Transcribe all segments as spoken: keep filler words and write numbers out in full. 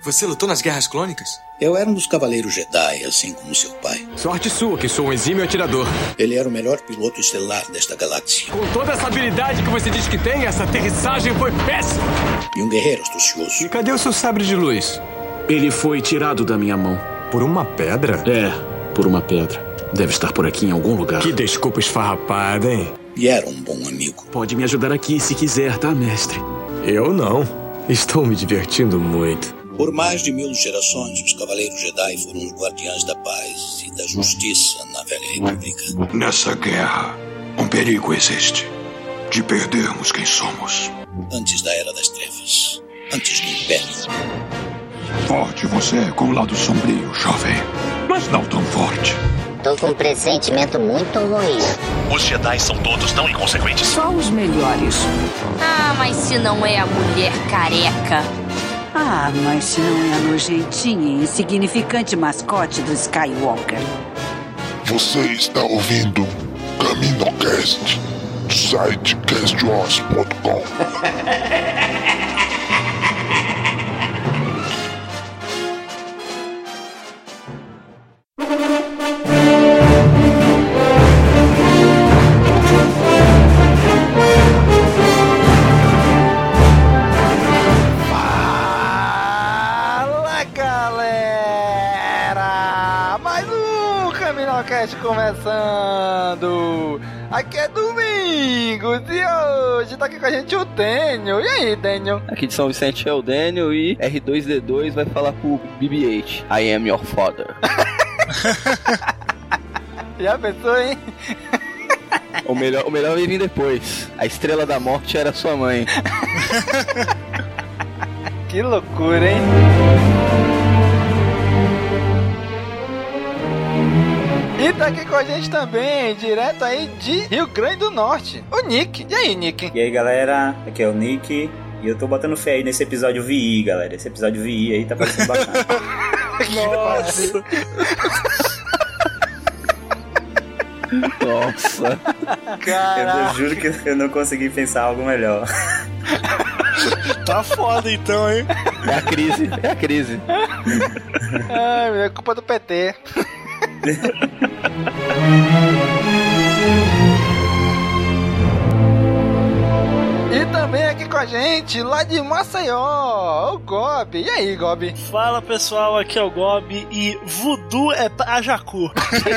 Você lutou nas Guerras Clônicas? Eu era um dos Cavaleiros Jedi, assim como seu pai. Sorte sua, que sou um exímio atirador. Ele era o melhor piloto estelar desta galáxia. Com toda essa habilidade que você diz que tem, essa aterrissagem foi péssima. E um guerreiro astucioso. E cadê o seu sabre de luz? Ele foi tirado da minha mão. Por uma pedra? É, por uma pedra. Deve estar por aqui em algum lugar. Que desculpa esfarrapada, hein? E era um bom amigo. Pode me ajudar aqui se quiser, tá, mestre? Eu não. Estou me divertindo muito. Por mais de mil gerações, os Cavaleiros Jedi foram os guardiães da paz e da justiça na Velha República. Nessa guerra, um perigo existe. De perdermos quem somos. Antes da Era das Trevas. Antes do Império. Forte você é com o lado sombrio, jovem. Mas não tão forte. Tô com um pressentimento muito ruim. Os Jedi são todos tão inconsequentes. Só os melhores. Ah, mas se não é a mulher careca... Ah, mas se não é a nojentinha e insignificante mascote do Skywalker. Você está ouvindo CaminoCast, do site cast wars ponto com. Começando! Aqui é Domingos e hoje tá aqui com a gente o Daniel. E aí, Daniel? Aqui de São Vicente é o Daniel e R dois D dois vai falar pro B B oito. I am your father. Já pensou, hein? O melhor, o melhor vai vir depois. A estrela da morte era sua mãe. Que loucura, hein? E tá aqui com a gente também, direto aí de Rio Grande do Norte, o Nick. E aí, Nick? E aí, galera, aqui é o Nick. E eu tô botando fé aí nesse episódio V I, galera. Esse episódio V I aí tá parecendo bacana. Nossa! Nossa! Caraca. Eu juro que eu não consegui pensar algo melhor. Tá foda então, hein? É a crise, é a crise. Ai, é culpa do P T. E também aqui com a gente, lá de Maceió, o Gob. E aí, Gob? Fala, pessoal, aqui é o Gob e voodoo é pra Jacu.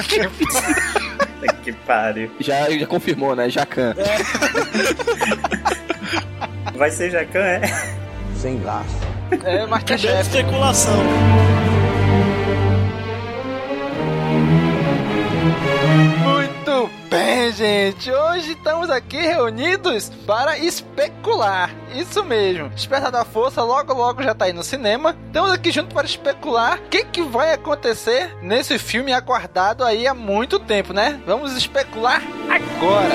Que pariu. Já, já confirmou, né? Jacan. É. Vai ser Jacan, é? Sem laço. É, mas que é especulação. Muito bem, gente. Hoje estamos aqui reunidos para especular. Isso mesmo. Despertar da Força logo logo já tá aí no cinema. Estamos aqui juntos para especular o que, que vai acontecer nesse filme aguardado aí há muito tempo, né? Vamos especular agora.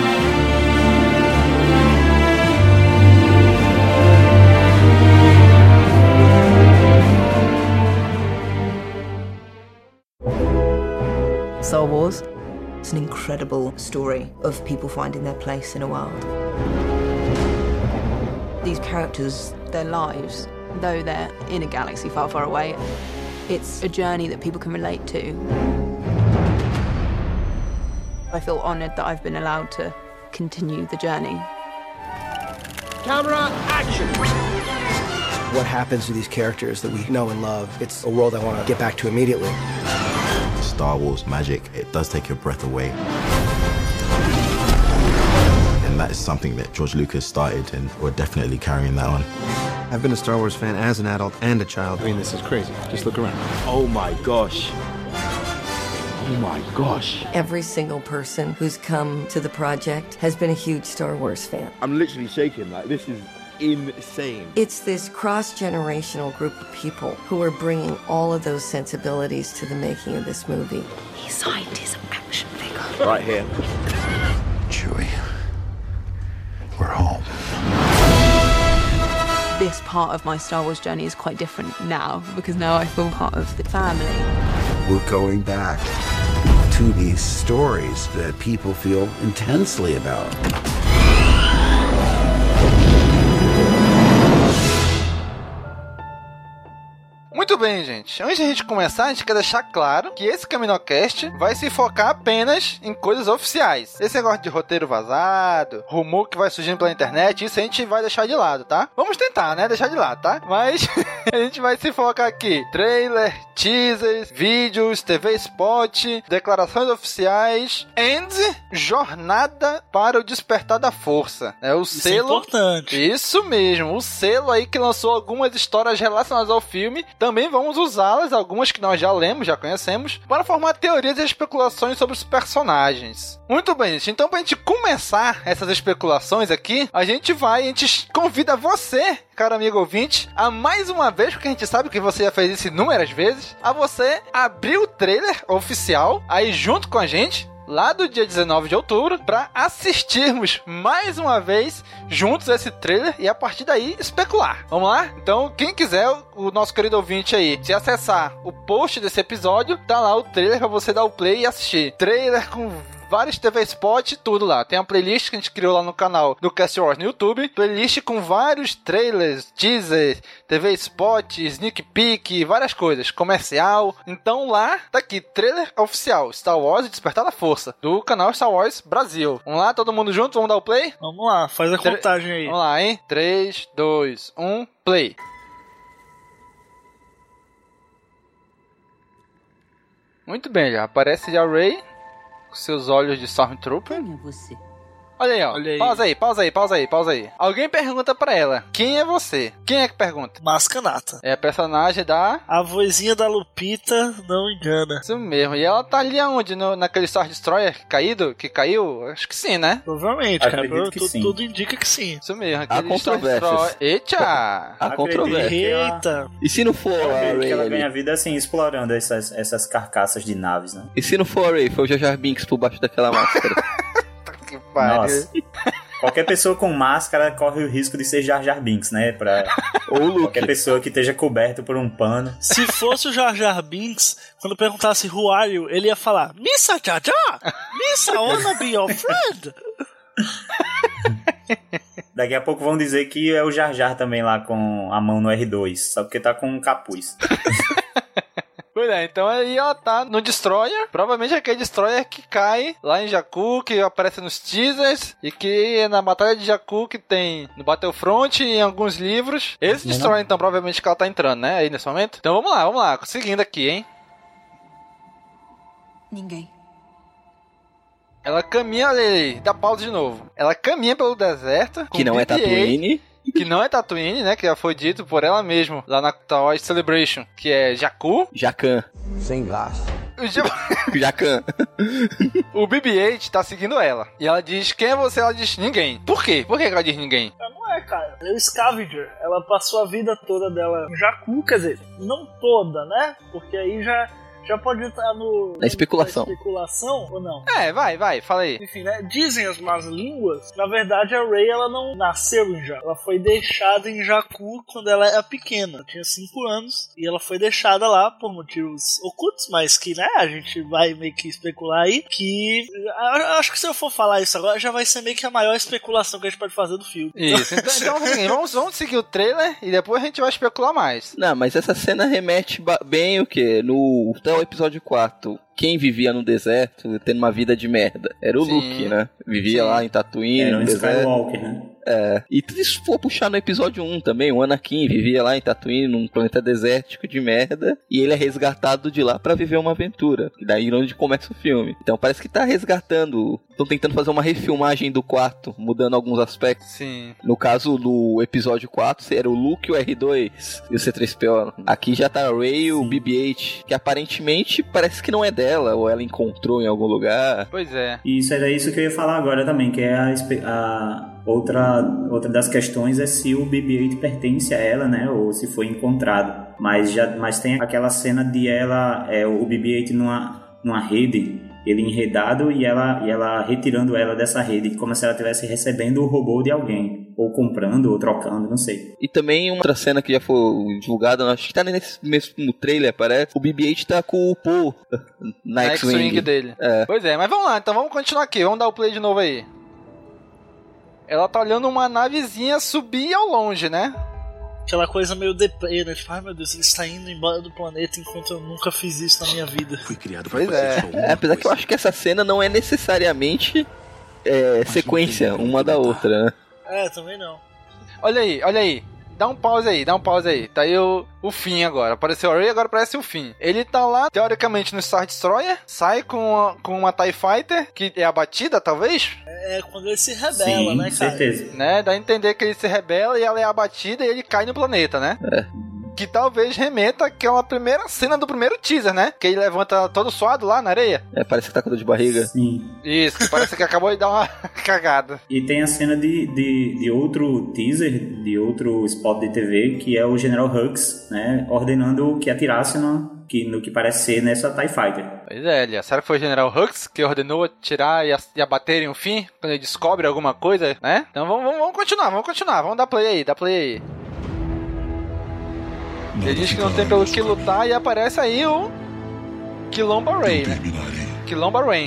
Star Wars, it's an incredible story of people finding their place in a world. These characters, their lives, though they're in a galaxy far, far away, it's a journey that people can relate to. I feel honoured that I've been allowed to continue the journey. Camera, action! What happens to these characters that we know and love? It's a world I want to get back to immediately. Star Wars magic, it does take your breath away. And that is something that George Lucas started, and we're definitely carrying that on. I've been a Star Wars fan as an adult and a child. I mean, this is crazy. Just look around. Oh my gosh. Oh my gosh. Every single person who's come to the project has been a huge Star Wars fan. I'm literally shaking, like, this is insane. It's this cross-generational group of people who are bringing all of those sensibilities to the making of this movie. He signed his action figure. Right here. Chewie, we're home. This part of my Star Wars journey is quite different now, because now I feel part of the family. We're going back to these stories that people feel intensely about. Muito bem, gente. Antes de a gente começar, a gente quer deixar claro que esse CaminoCast vai se focar apenas em coisas oficiais. Esse negócio de roteiro vazado, rumor que vai surgindo pela internet, isso a gente vai deixar de lado, tá? Vamos tentar, né? Deixar de lado, tá? Mas a gente vai se focar aqui. Trailer, teasers, vídeos, T V Spot, declarações oficiais and jornada para o despertar da força. É o isso selo... é importante. Isso mesmo. O selo aí que lançou algumas histórias relacionadas ao filme. Também vamos usá-las, algumas que nós já lemos, já conhecemos, para formar teorias e especulações sobre os personagens. Muito bem, gente. Então, pra gente começar essas especulações aqui, a gente vai, a gente convida você, caro amigo ouvinte, a mais uma vez, porque a gente sabe que você já fez isso inúmeras vezes, a você abrir o trailer oficial aí junto com a gente, lá do dia dezenove de outubro, para assistirmos mais uma vez juntos esse trailer e a partir daí especular. Vamos lá? Então, quem quiser, o nosso querido ouvinte aí, se acessar o post desse episódio, tá lá o trailer para você dar o play e assistir. Trailer com vários T V Spot, tudo lá. Tem a playlist que a gente criou lá no canal do Cast Wars no YouTube. Playlist com vários trailers, teasers, T V Spot, sneak peek, várias coisas. Comercial. Então lá, tá aqui, trailer oficial. Star Wars e Despertar da Força. Do canal Star Wars Brasil. Vamos lá, todo mundo junto? Vamos dar o play? Vamos lá, faz a Tre- contagem aí. Vamos lá, hein? três, dois, um, play. Muito bem, já aparece já o Rey com seus olhos de Stormtrooper. Quem é você? Olha aí, ó. Olha aí. Pausa aí, pausa aí, pausa aí, pausa aí. Alguém pergunta pra ela, quem é você? Quem é que pergunta? Mascanata. É a personagem da... A vozinha da Lupita não engana. Isso mesmo. E ela tá ali aonde? No, naquele Star Destroyer caído? Que caiu? Acho que sim, né? Provavelmente, cara. Acredito que Tu- sim. Tudo indica que sim. Isso mesmo. Há Aquele Star controvérsias. Destroyer. Eita! Há Acredito controvérsia. que ela- Eita. E se não for Eu a acredito Rey que ela ali? ganha vida assim, explorando essas, essas carcaças de naves, né? E se não for a Rey, foi o Jar Jar Binks por baixo daquela máscara? Que pariu. Nossa. Qualquer pessoa com máscara corre o risco de ser Jar Jar Binks, né? Pra Ou o Luke. qualquer pessoa que esteja coberto por um pano. Se fosse o Jar Jar Binks, quando perguntasse who are you, ele ia falar Missa Jar Jar! Missa, wanna be your friend? Daqui a pouco vão dizer que é o Jar Jar também lá com a mão no R dois, só porque tá com um capuz. Pois é, então aí ela tá no Destroyer. Provavelmente é aquele Destroyer que cai lá em Jakku, que aparece nos teasers e que é na Batalha de Jakku que tem no Battlefront e em alguns livros. Esse Não, Destroyer, não. então, provavelmente que ela tá entrando, né? Aí nesse momento. Então vamos lá, vamos lá. Seguindo aqui, hein? Ninguém. Ela caminha, olha aí, dá pausa de novo. Ela caminha pelo deserto. com Que não é B B oito, Tatooine. Que não é Tatooine, né? Que já foi dito por ela mesma lá na Star Wars Celebration. Que é Jakku. Jacan. Sem gasto. O Ja- Jacan. O B B oito tá seguindo ela. E ela diz, quem é você? Ela diz, ninguém. Por quê? Por que ela diz ninguém? Ela não é, cara. Ela é o Scavenger. Ela passou a vida toda dela no Jakku, quer dizer, não toda, né? Porque aí já, já pode estar no... Na especulação. Na especulação ou não? É, vai, vai, fala aí. Enfim, né? Dizem as más línguas, na verdade a Rey ela não nasceu em Jakku. Ela foi deixada em Jakku quando ela era pequena. Ela tinha cinco anos e ela foi deixada lá por motivos ocultos, mas que, né, a gente vai meio que especular aí, que... eu acho que se eu for falar isso agora, já vai ser meio que a maior especulação que a gente pode fazer do filme. Isso, então, então assim, vamos, vamos seguir o trailer e depois a gente vai especular mais. Não, mas essa cena remete ba- bem o quê? No até o episódio quatro. Quem vivia no deserto, tendo uma vida de merda? Era o Sim. Luke, né? Vivia Sim. lá em Tatooine, Era no um deserto. Skywalker, né? É. E se for puxar no episódio um também, o Anakin vivia lá em Tatooine, num planeta desértico de merda, e ele é resgatado de lá pra viver uma aventura. E daí é onde começa o filme. Então parece que tá resgatando. Estão tentando fazer uma refilmagem do quarto, mudando alguns aspectos. Sim. No caso do episódio quatro, era o Luke, o R dois e o C três P O. Aqui já tá a Rey e o B B oito, que aparentemente parece que não é dela, ou ela encontrou em algum lugar. Pois é. E isso era isso que eu ia falar agora também, que é a, espe- a outra, outra das questões é se o B B oito pertence a ela, né, ou se foi encontrado. Mas, já, mas tem aquela cena de ela, é, o B B oito numa, numa rede, ele enredado e ela, e ela retirando ela dessa rede, como se ela estivesse recebendo o robô de alguém, ou comprando, ou trocando, não sei. E também uma outra cena que já foi divulgada, acho que tá nesse mesmo trailer, parece, o B B oito tá com o Paul na Na X-Wing. X-Wing dele. É. Pois é, mas vamos lá, então vamos continuar aqui, vamos dar o play de novo aí. Ela tá olhando uma navezinha subir ao longe, né? aquela coisa meio deprê, né? Tipo, ai meu Deus, ele está indo embora do planeta enquanto eu nunca fiz isso na minha vida. Fui criado pra pois é. é. Apesar que eu acho que essa cena não é necessariamente é, sequência uma da outra, né? É, também não. Olha aí, olha aí. Dá um pause aí, dá um pause aí. Tá aí o, o fim agora. Apareceu o Ray, agora aparece o fim. Ele tá lá, teoricamente, no Star Destroyer. Sai com uma, com uma TIE Fighter, que é abatida, talvez? É, quando ele se rebela, Sim, né, cara? certeza. Né? Dá a entender que ele se rebela e ela é abatida e ele cai no planeta, né? É. Que talvez remeta àquela primeira cena do primeiro teaser, né? Que ele levanta todo suado lá na areia. É, parece que tá com dor de barriga. Sim. Isso, que parece que acabou de dar uma cagada. E tem a cena de, de, de outro teaser, de outro spot de T V, que é o General Hux, né? Ordenando que atirasse no que, no que parece ser nessa TIE Fighter. Pois é, Elia. Será que foi o General Hux que ordenou atirar e, e abater em um fim? Quando ele descobre alguma coisa, né? Então vamos, vamos, vamos continuar, vamos continuar. Vamos dar play aí, dá play aí. Ele diz que não tem pelo que lutar e aparece aí o Quilomba Ray, né? Quilomba Rain.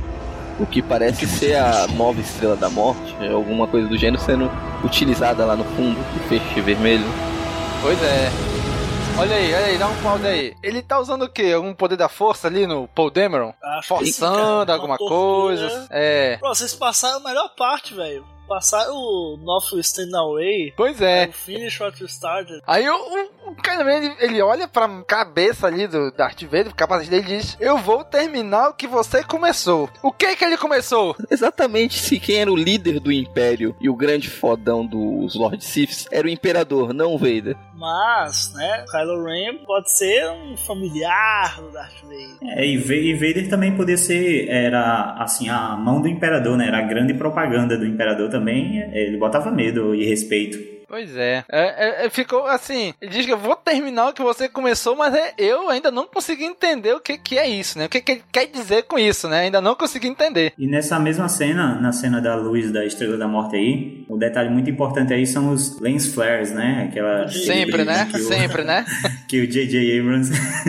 O que parece ser a nova Estrela da Morte, é alguma coisa do gênero sendo utilizada lá no fundo do feixe vermelho. Pois é. Olha aí, olha aí, dá um pause aí. Ele tá usando o quê? Algum poder da força ali no Paul Dameron? Acho Forçando que, alguma coisa? É. Pô, vocês passaram a melhor parte, velho. Passaram o North Stand Away. Pois é. O Finish What You Started. Aí o, o, o cara, ele, ele olha pra cabeça ali do Darth Vader, o capacete dele, e diz: eu vou terminar o que você começou. O que que ele começou? Exatamente, se quem era o líder do Império e o grande fodão dos Lord Siths era o Imperador, não o Vader. Mas, né, Kylo Ren pode ser um familiar do Darth Vader. É, e Vader também podia ser, era assim, a mão do Imperador, né? Era a grande propaganda do Imperador também. Ele botava medo e respeito. Pois é. É, é, ficou assim, ele diz que eu vou terminar o que você começou, mas é, eu ainda não consegui entender o que, que é isso, né? O que, que ele quer dizer com isso, né? Ainda não consegui entender. E nessa mesma cena, na cena da luz da Estrela da Morte aí, o detalhe muito importante aí são os lens flares, né? Aquela sempre, né? O, sempre, né? Que o J J Abrams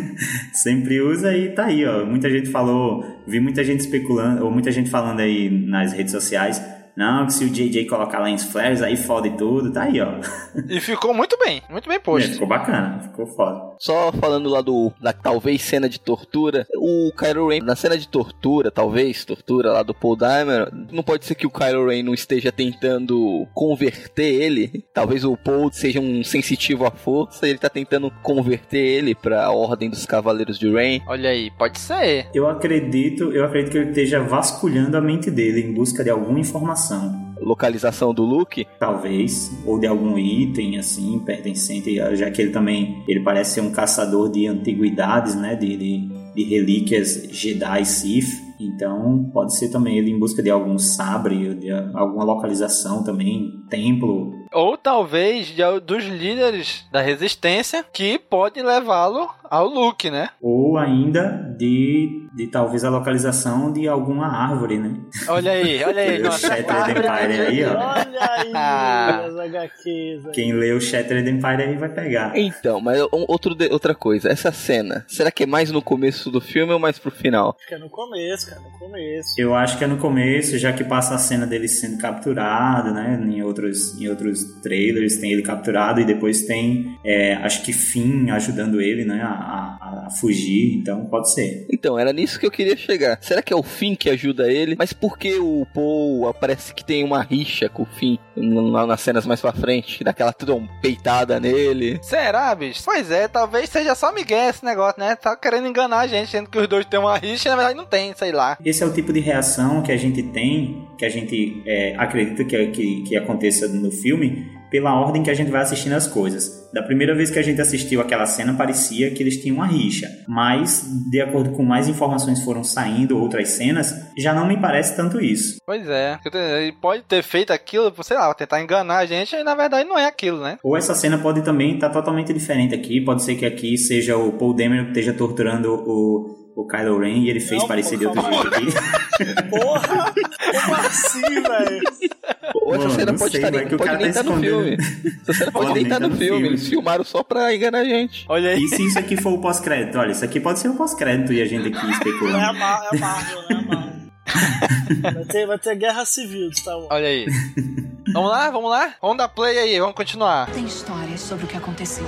sempre usa e tá aí, ó. Muita gente falou, vi muita gente especulando, ou muita gente falando aí nas redes sociais, não, que se o J J colocar lens flares, aí fode tudo, tá aí, ó. E ficou muito bem, muito bem posto. É, ficou bacana, ficou foda. Só falando lá do, da talvez cena de tortura, o Kylo Ren, na cena de tortura, talvez, tortura lá do Paul Dameron, não pode ser que o Kylo Ren não esteja tentando converter ele, talvez o Paul seja um sensitivo à força, e ele tá tentando converter ele pra Ordem dos Cavaleiros de Ren. Olha aí, pode ser. Eu acredito, eu acredito que ele esteja vasculhando a mente dele em busca de alguma informação. Localização do Luke? Talvez, ou de algum item assim, pertencente, já que ele também, ele parece ser um caçador de antiguidades, né, de, de, de relíquias Jedi Sith. Então pode ser também ele em busca de algum sabre, de alguma localização também, templo. Ou talvez de, dos líderes da resistência que pode levá-lo ao Luke, né? Ou ainda de, de talvez a localização de alguma árvore, né? Olha aí, olha aí. O Shattered Empire aí, ó. Olha aí, as agá quês. Quem lê o Shattered Empire aí vai pegar. Então, mas um, outro de, outra coisa, essa cena, será que é mais no começo do filme ou mais pro final? Acho que é no começo, cara, no começo. Eu acho que é no começo, já que passa a cena dele sendo capturado, né? Em outros, em outros trailers tem ele capturado e depois tem, é, acho que Finn ajudando ele, né? A, a, a fugir, então pode ser. Então, era nisso que eu queria chegar. Será que é o Finn que ajuda ele? Mas por que o Paul parece que tem uma rixa com o Finn nas cenas mais pra frente? Que dá aquela trompeitada nele. Será, bicho? Pois é, talvez seja só migué esse negócio, né? Tá querendo enganar a gente, sendo que os dois têm uma rixa e na verdade não tem, sei lá. Esse é o tipo de reação que a gente tem, que a gente é, acredita que, que, que aconteça no filme, pela ordem que a gente vai assistindo as coisas. Da primeira vez que a gente assistiu aquela cena, parecia que eles tinham uma rixa. Mas, de acordo com mais informações foram saindo, outras cenas, já não me parece tanto isso. Pois é. Ele pode ter feito aquilo, sei lá, tentar enganar a gente, e na verdade não é aquilo, né? Ou essa cena pode também estar totalmente diferente aqui. Pode ser que aqui seja o Paul Dameron que esteja torturando o... o Kylo Ren e ele fez não, parecer porra, de outro jeito aqui. Porra! Como assim, velho? Ou essa cena pode, sei, tá nem, pode nem estar tá no filme. Essa cena pode, pode nem estar tá no, no filme. filme. Eles filmaram só pra enganar a gente. Olha aí. E se isso aqui for o pós-crédito? Olha, isso aqui pode ser o pós-crédito e a gente aqui especulando. É a, Mar- é a Marvel, é a Marvel. Vai ter, vai ter guerra civil de Star Wars. Olha aí. Vamos lá, vamos lá? Vamos dar play aí, vamos continuar. Tem histórias sobre o que aconteceu.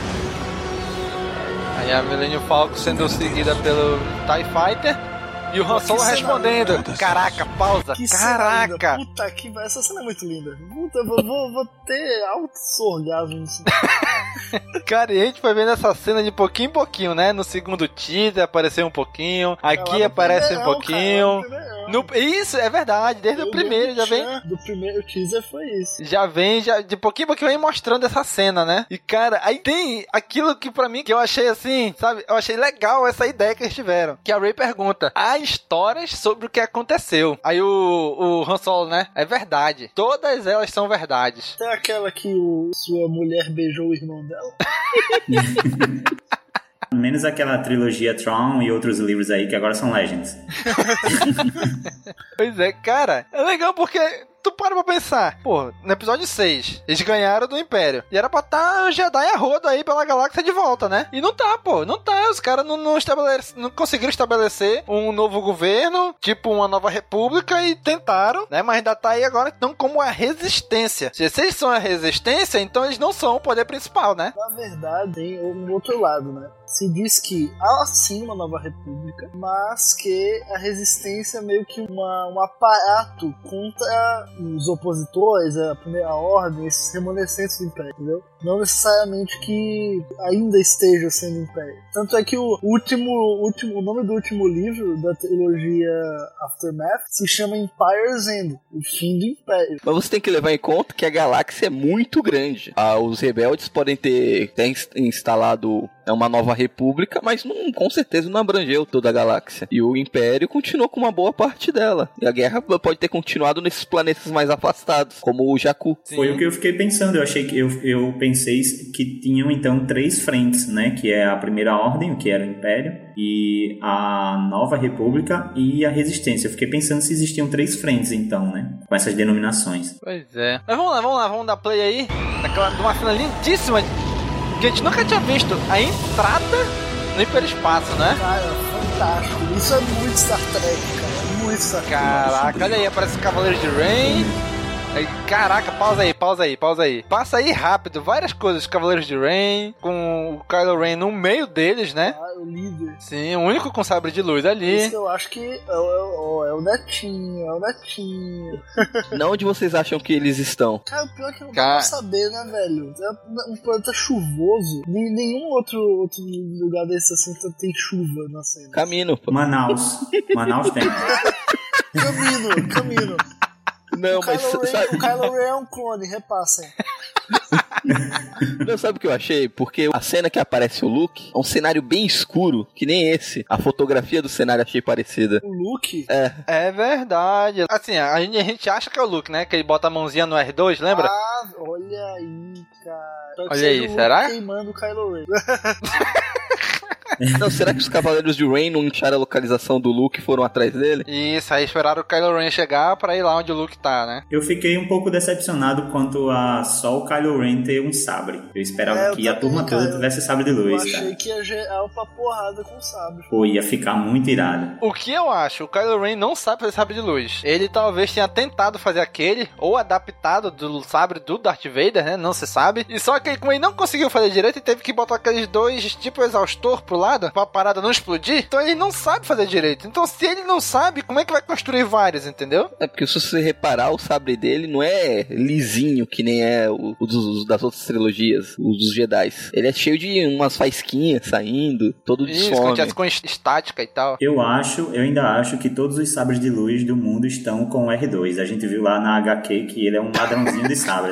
Aí a Millennium Falcon sendo seguida pelo TIE Fighter e o Han Solo respondendo. Linda. Caraca, pausa. Que Caraca. Puta que essa cena é muito linda. Puta, vou, vou, vou ter altos orgasmos. Cara, e a gente foi vendo essa cena de pouquinho em pouquinho, né? No segundo teaser apareceu um pouquinho, aqui aparece um pouquinho. Cara, no, isso, é verdade, desde Eu o primeiro já vem. Do primeiro teaser foi isso. Já vem, já, de pouquinho em pouquinho vem mostrando essa cena, né? E cara, aí tem aquilo que pra mim, que eu achei assim, sabe? Eu achei legal essa ideia que eles tiveram. Que a Rey pergunta: há histórias sobre o que aconteceu. Aí o, o Han Solo, né? É verdade. Todas elas são verdades. Tem aquela que o, sua mulher beijou o irmão dela? Menos aquela trilogia Tron e outros livros aí que agora são Legends. Pois é, cara. É legal porque tu para pra pensar. Pô, no episódio seis, eles ganharam do Império. E era pra tá Jedi a rodo aí pela galáxia de volta, né? E não tá, pô. Não tá. Os caras não, não, estabelece, não conseguiram estabelecer um novo governo, tipo uma nova república, e tentaram, né? Mas ainda tá aí agora, então, como a resistência. Se eles são a resistência, então eles não são o poder principal, né? Na verdade, tem um outro lado, né? Se diz que há sim uma nova república, mas que a resistência é meio que uma, um aparato contra os opositores, a primeira ordem, esses remanescentes do Império, entendeu? Não necessariamente que ainda esteja sendo Império. Tanto é que o último, último, o nome do último livro da trilogia Aftermath se chama Empire's End, o fim do Império. Mas você tem que levar em conta que a galáxia é muito grande. Ah, os rebeldes podem ter, ter instalado uma nova república, mas não, com certeza não abrangeu toda a galáxia. E o Império continuou com uma boa parte dela. E a guerra pode ter continuado nesses planetas mais afastados, como o Jakku. Foi o que eu fiquei pensando. Eu achei que eu, eu pensei que tinham então três frentes, né? Que é a Primeira Ordem, que era o Império, e a Nova República e a Resistência. Eu fiquei pensando se existiam três frentes, então, né? Com essas denominações. Pois é. Mas vamos lá, vamos lá, vamos dar play aí. Daquela, de uma cena lindíssima que a gente nunca tinha visto. A entrada no hiperespaço, né? Cara, fantástico. Isso é muito Star Trek, cara. Muito Star Trek. Caraca, olha aí, aparece o Cavaleiro de Rain. Caraca, pausa aí, pausa aí, pausa aí. Passa aí rápido, várias coisas. Os Cavaleiros de Rain, com o Kylo Ren no meio deles, né? Ah, o líder. Sim, o único com sabre de luz ali. Isso eu acho que é o, é o Netinho, é o Netinho. Não, onde vocês acham que eles estão? Cara, o pior é que não dá pra saber, né, velho? É um planeta chuvoso. Nenhum outro, outro lugar desse assim tem chuva na cena. Camino. Pô. Manaus. Manaus tem. Camino, Camino. Não, o mas Kylo Ren, sabe... o Kylo Ren é um clone, repassem. Não, sabe o que eu achei? Porque a cena que aparece o Luke é um cenário bem escuro, que nem esse. A fotografia do cenário achei parecida. O Luke? É. É verdade. Assim, a gente, a gente acha que é o Luke, né? Que ele bota a mãozinha no R dois, lembra? Ah, olha aí, cara. Olha aí, será? Queimando o Kylo Ren. Não, será que os Cavaleiros de Rain não acharam a localização do Luke e foram atrás dele? Isso, aí esperaram o Kylo Ren chegar pra ir lá onde o Luke tá, né? Eu fiquei um pouco decepcionado quanto a só o Kylo Ren ter um sabre. Eu esperava é, eu que a turma toda cara, tivesse sabre de luz, Eu achei cara. que ia gerar pra porrada com o sabre. Pô, ia ficar muito irado. O que eu acho? O Kylo Ren não sabe fazer sabre de luz. Ele talvez tenha tentado fazer aquele, ou adaptado do sabre do Darth Vader, né? Não se sabe. E só que como ele não conseguiu fazer direito, ele teve que botar aqueles dois, tipo, exaustor pro lado, pra parada não explodir. Então ele não sabe fazer direito. Então se ele não sabe, como é que vai construir vários, entendeu? É porque se você reparar, o sabre dele não é lisinho, que nem é o, o dos, das outras trilogias, os dos Jedi. Ele é cheio de umas faisquinhas saindo, todo Isso, disforme. com estática e tal. Eu acho, eu ainda acho que todos os sabres de luz do mundo estão com o R dois. A gente viu lá na H Q que ele é um ladrãozinho de sabre.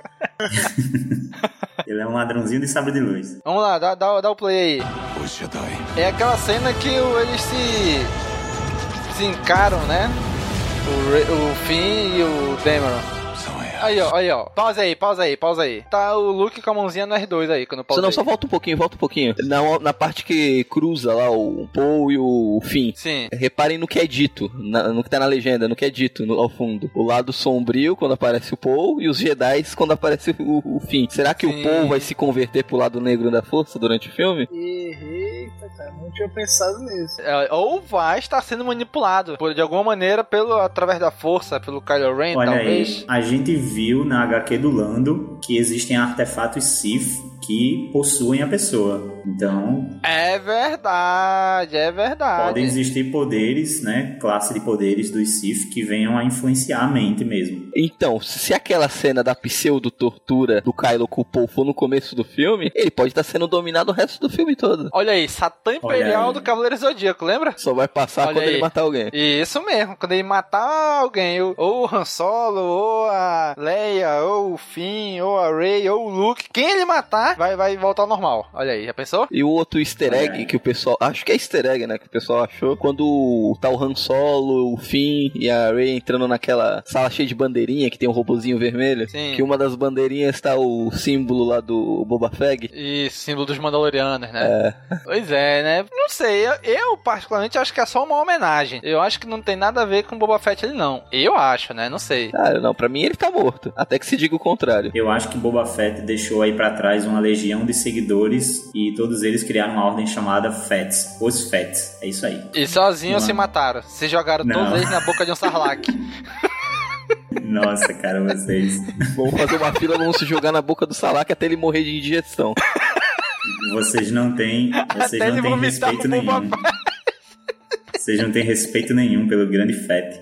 Ele é um ladrãozinho de sabre de luz. Vamos lá, dá, dá, dá o play aí. Os Jedi. É aquela cena que o, eles se se encaram, né? O, Re, o Finn e o Dameron. Aí, ó, aí, ó. Pausa aí, pausa aí, pausa aí. Tá o Luke com a mãozinha no R dois aí, quando pausa. Não, só volta um pouquinho, volta um pouquinho. Na, na parte que cruza lá o Poe e o Finn. Sim. Reparem no que é dito, na, no que tá na legenda, no que é dito no, ao fundo. O lado sombrio quando aparece o Poe e os Jedi quando aparece o, o Finn. Será que Sim. o Poe vai se converter pro lado negro da força durante o filme? Eita, cara, não tinha pensado nisso. É, ou vai estar sendo manipulado por, de alguma maneira pelo, através da força, pelo Kylo Ren, Olha talvez. Aí, a gente viu na H Q do Lando que existem artefatos Sith que possuem a pessoa. Então... É verdade, é verdade. Podem existir poderes, né? Classe de poderes dos Sith que venham a influenciar a mente mesmo. Então, se aquela cena da pseudo-tortura do Kylo com o Paul for no começo do filme, ele pode estar sendo dominado o resto do filme todo. Olha aí, Satã Imperial do Cavaleiro Zodíaco, lembra? Só vai passar Olha quando aí. ele matar alguém. Isso mesmo, quando ele matar alguém, ou o Han Solo, ou a Leia, ou o Finn, ou a Rey, ou o Luke, quem ele matar, vai, vai voltar ao normal. Olha aí, já pensou? E o outro easter egg é. que o pessoal... Acho que é easter egg, né? Que o pessoal achou. Quando tá o Han Solo, o Finn e a Rey entrando naquela sala cheia de bandeirinha, que tem um robozinho vermelho. Sim. Que uma das bandeirinhas tá o símbolo lá do Boba Fett. Isso, símbolo dos Mandalorianos, né? É. Pois é, né? Não sei, eu, eu particularmente acho que é só uma homenagem. Eu acho que não tem nada a ver com o Boba Fett ele não. Eu acho, né? Não sei. Ah, não, pra mim ele tá morto. Até que se diga o contrário. Eu acho que Boba Fett deixou aí pra trás uma legião de seguidores e todos eles criaram uma ordem chamada Fets. Os Fets. É isso aí. E sozinhos se mataram. Se jogaram não. todos eles na boca de um Sarlacc. Nossa, cara, vocês... Vamos fazer uma fila, vamos se jogar na boca do Sarlacc até ele morrer de indigestão. Vocês não têm... Vocês até não têm respeito nenhum. Vocês não têm respeito nenhum pelo grande Fett.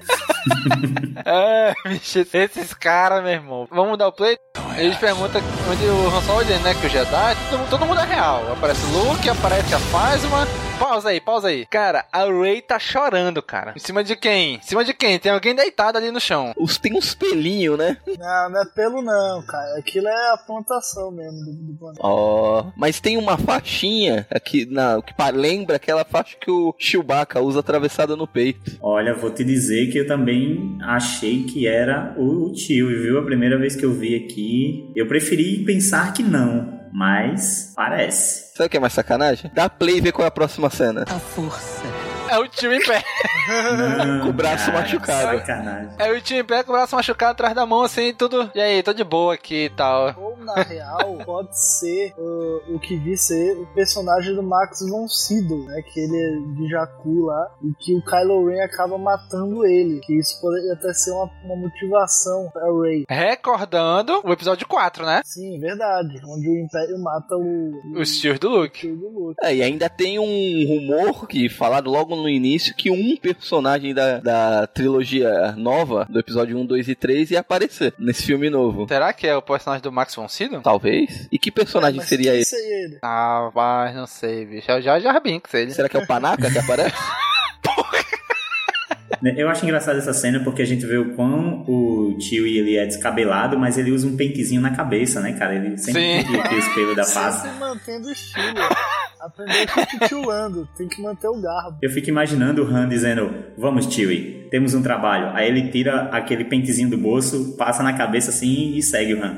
É, bicho, esses caras, meu irmão. Vamos dar o play? Eles perguntam onde o Han Solo diz, né, que o Jedi, todo, todo mundo é real. Aparece o Luke, aparece a Phasma. Pausa aí, pausa aí. Cara, a Rey tá chorando, cara. Em cima de quem? Em cima de quem? Tem alguém deitado ali no chão. Os, tem uns pelinhos, né? Não, não é pelo não, cara. Aquilo é a plantação mesmo do, do planeta. Ó, oh, mas tem uma faixinha aqui, na, que lembra aquela faixa que o Chewbacca usa atravessada no peito. Olha, vou te dizer que eu também achei que era o tio, viu? A primeira vez que eu vi aqui, eu preferi pensar que não. Mas parece. Sabe o que é mais sacanagem? Dá play e vê qual é a próxima cena. A força. É o tio em pé. Não, com o braço cara, machucado. Sacanagem. É o tio em pé com o braço machucado atrás da mão, assim, tudo. E aí, tô de boa aqui e tal. Ou, na real, pode ser uh, o que vi ser o personagem do Max von Sydow, né? Que ele é de Jakku lá. E que o Kylo Ren acaba matando ele. Que isso poderia até ser uma, uma motivação pra Rey. Recordando o episódio quatro, né? Sim, verdade. Onde o Império mata o... o Os tios do Luke. do Luke. É, e ainda tem um rumor que, falado logo no início, que um personagem da, da trilogia nova, do episódio um, dois e três, ia aparecer nesse filme novo. Será que é o personagem do Max von Sydow? Talvez. E que personagem é, seria esse? ele? Ah, mas não sei, bicho. É o Jar Jar Binks, ele. Será que é o Panaca que aparece? Eu acho engraçado essa cena porque a gente vê o quão o tio ele é descabelado, mas ele usa um pentezinho na cabeça, né, cara? Ele sempre tem aqui o espelho da face. Sempre mantendo o estilo. Aprender com o tio Lando. Tem que manter o garbo. Eu fico imaginando o Han dizendo, vamos, Chewie, temos um trabalho. Aí ele tira aquele pentezinho do bolso, passa na cabeça assim e segue o Han.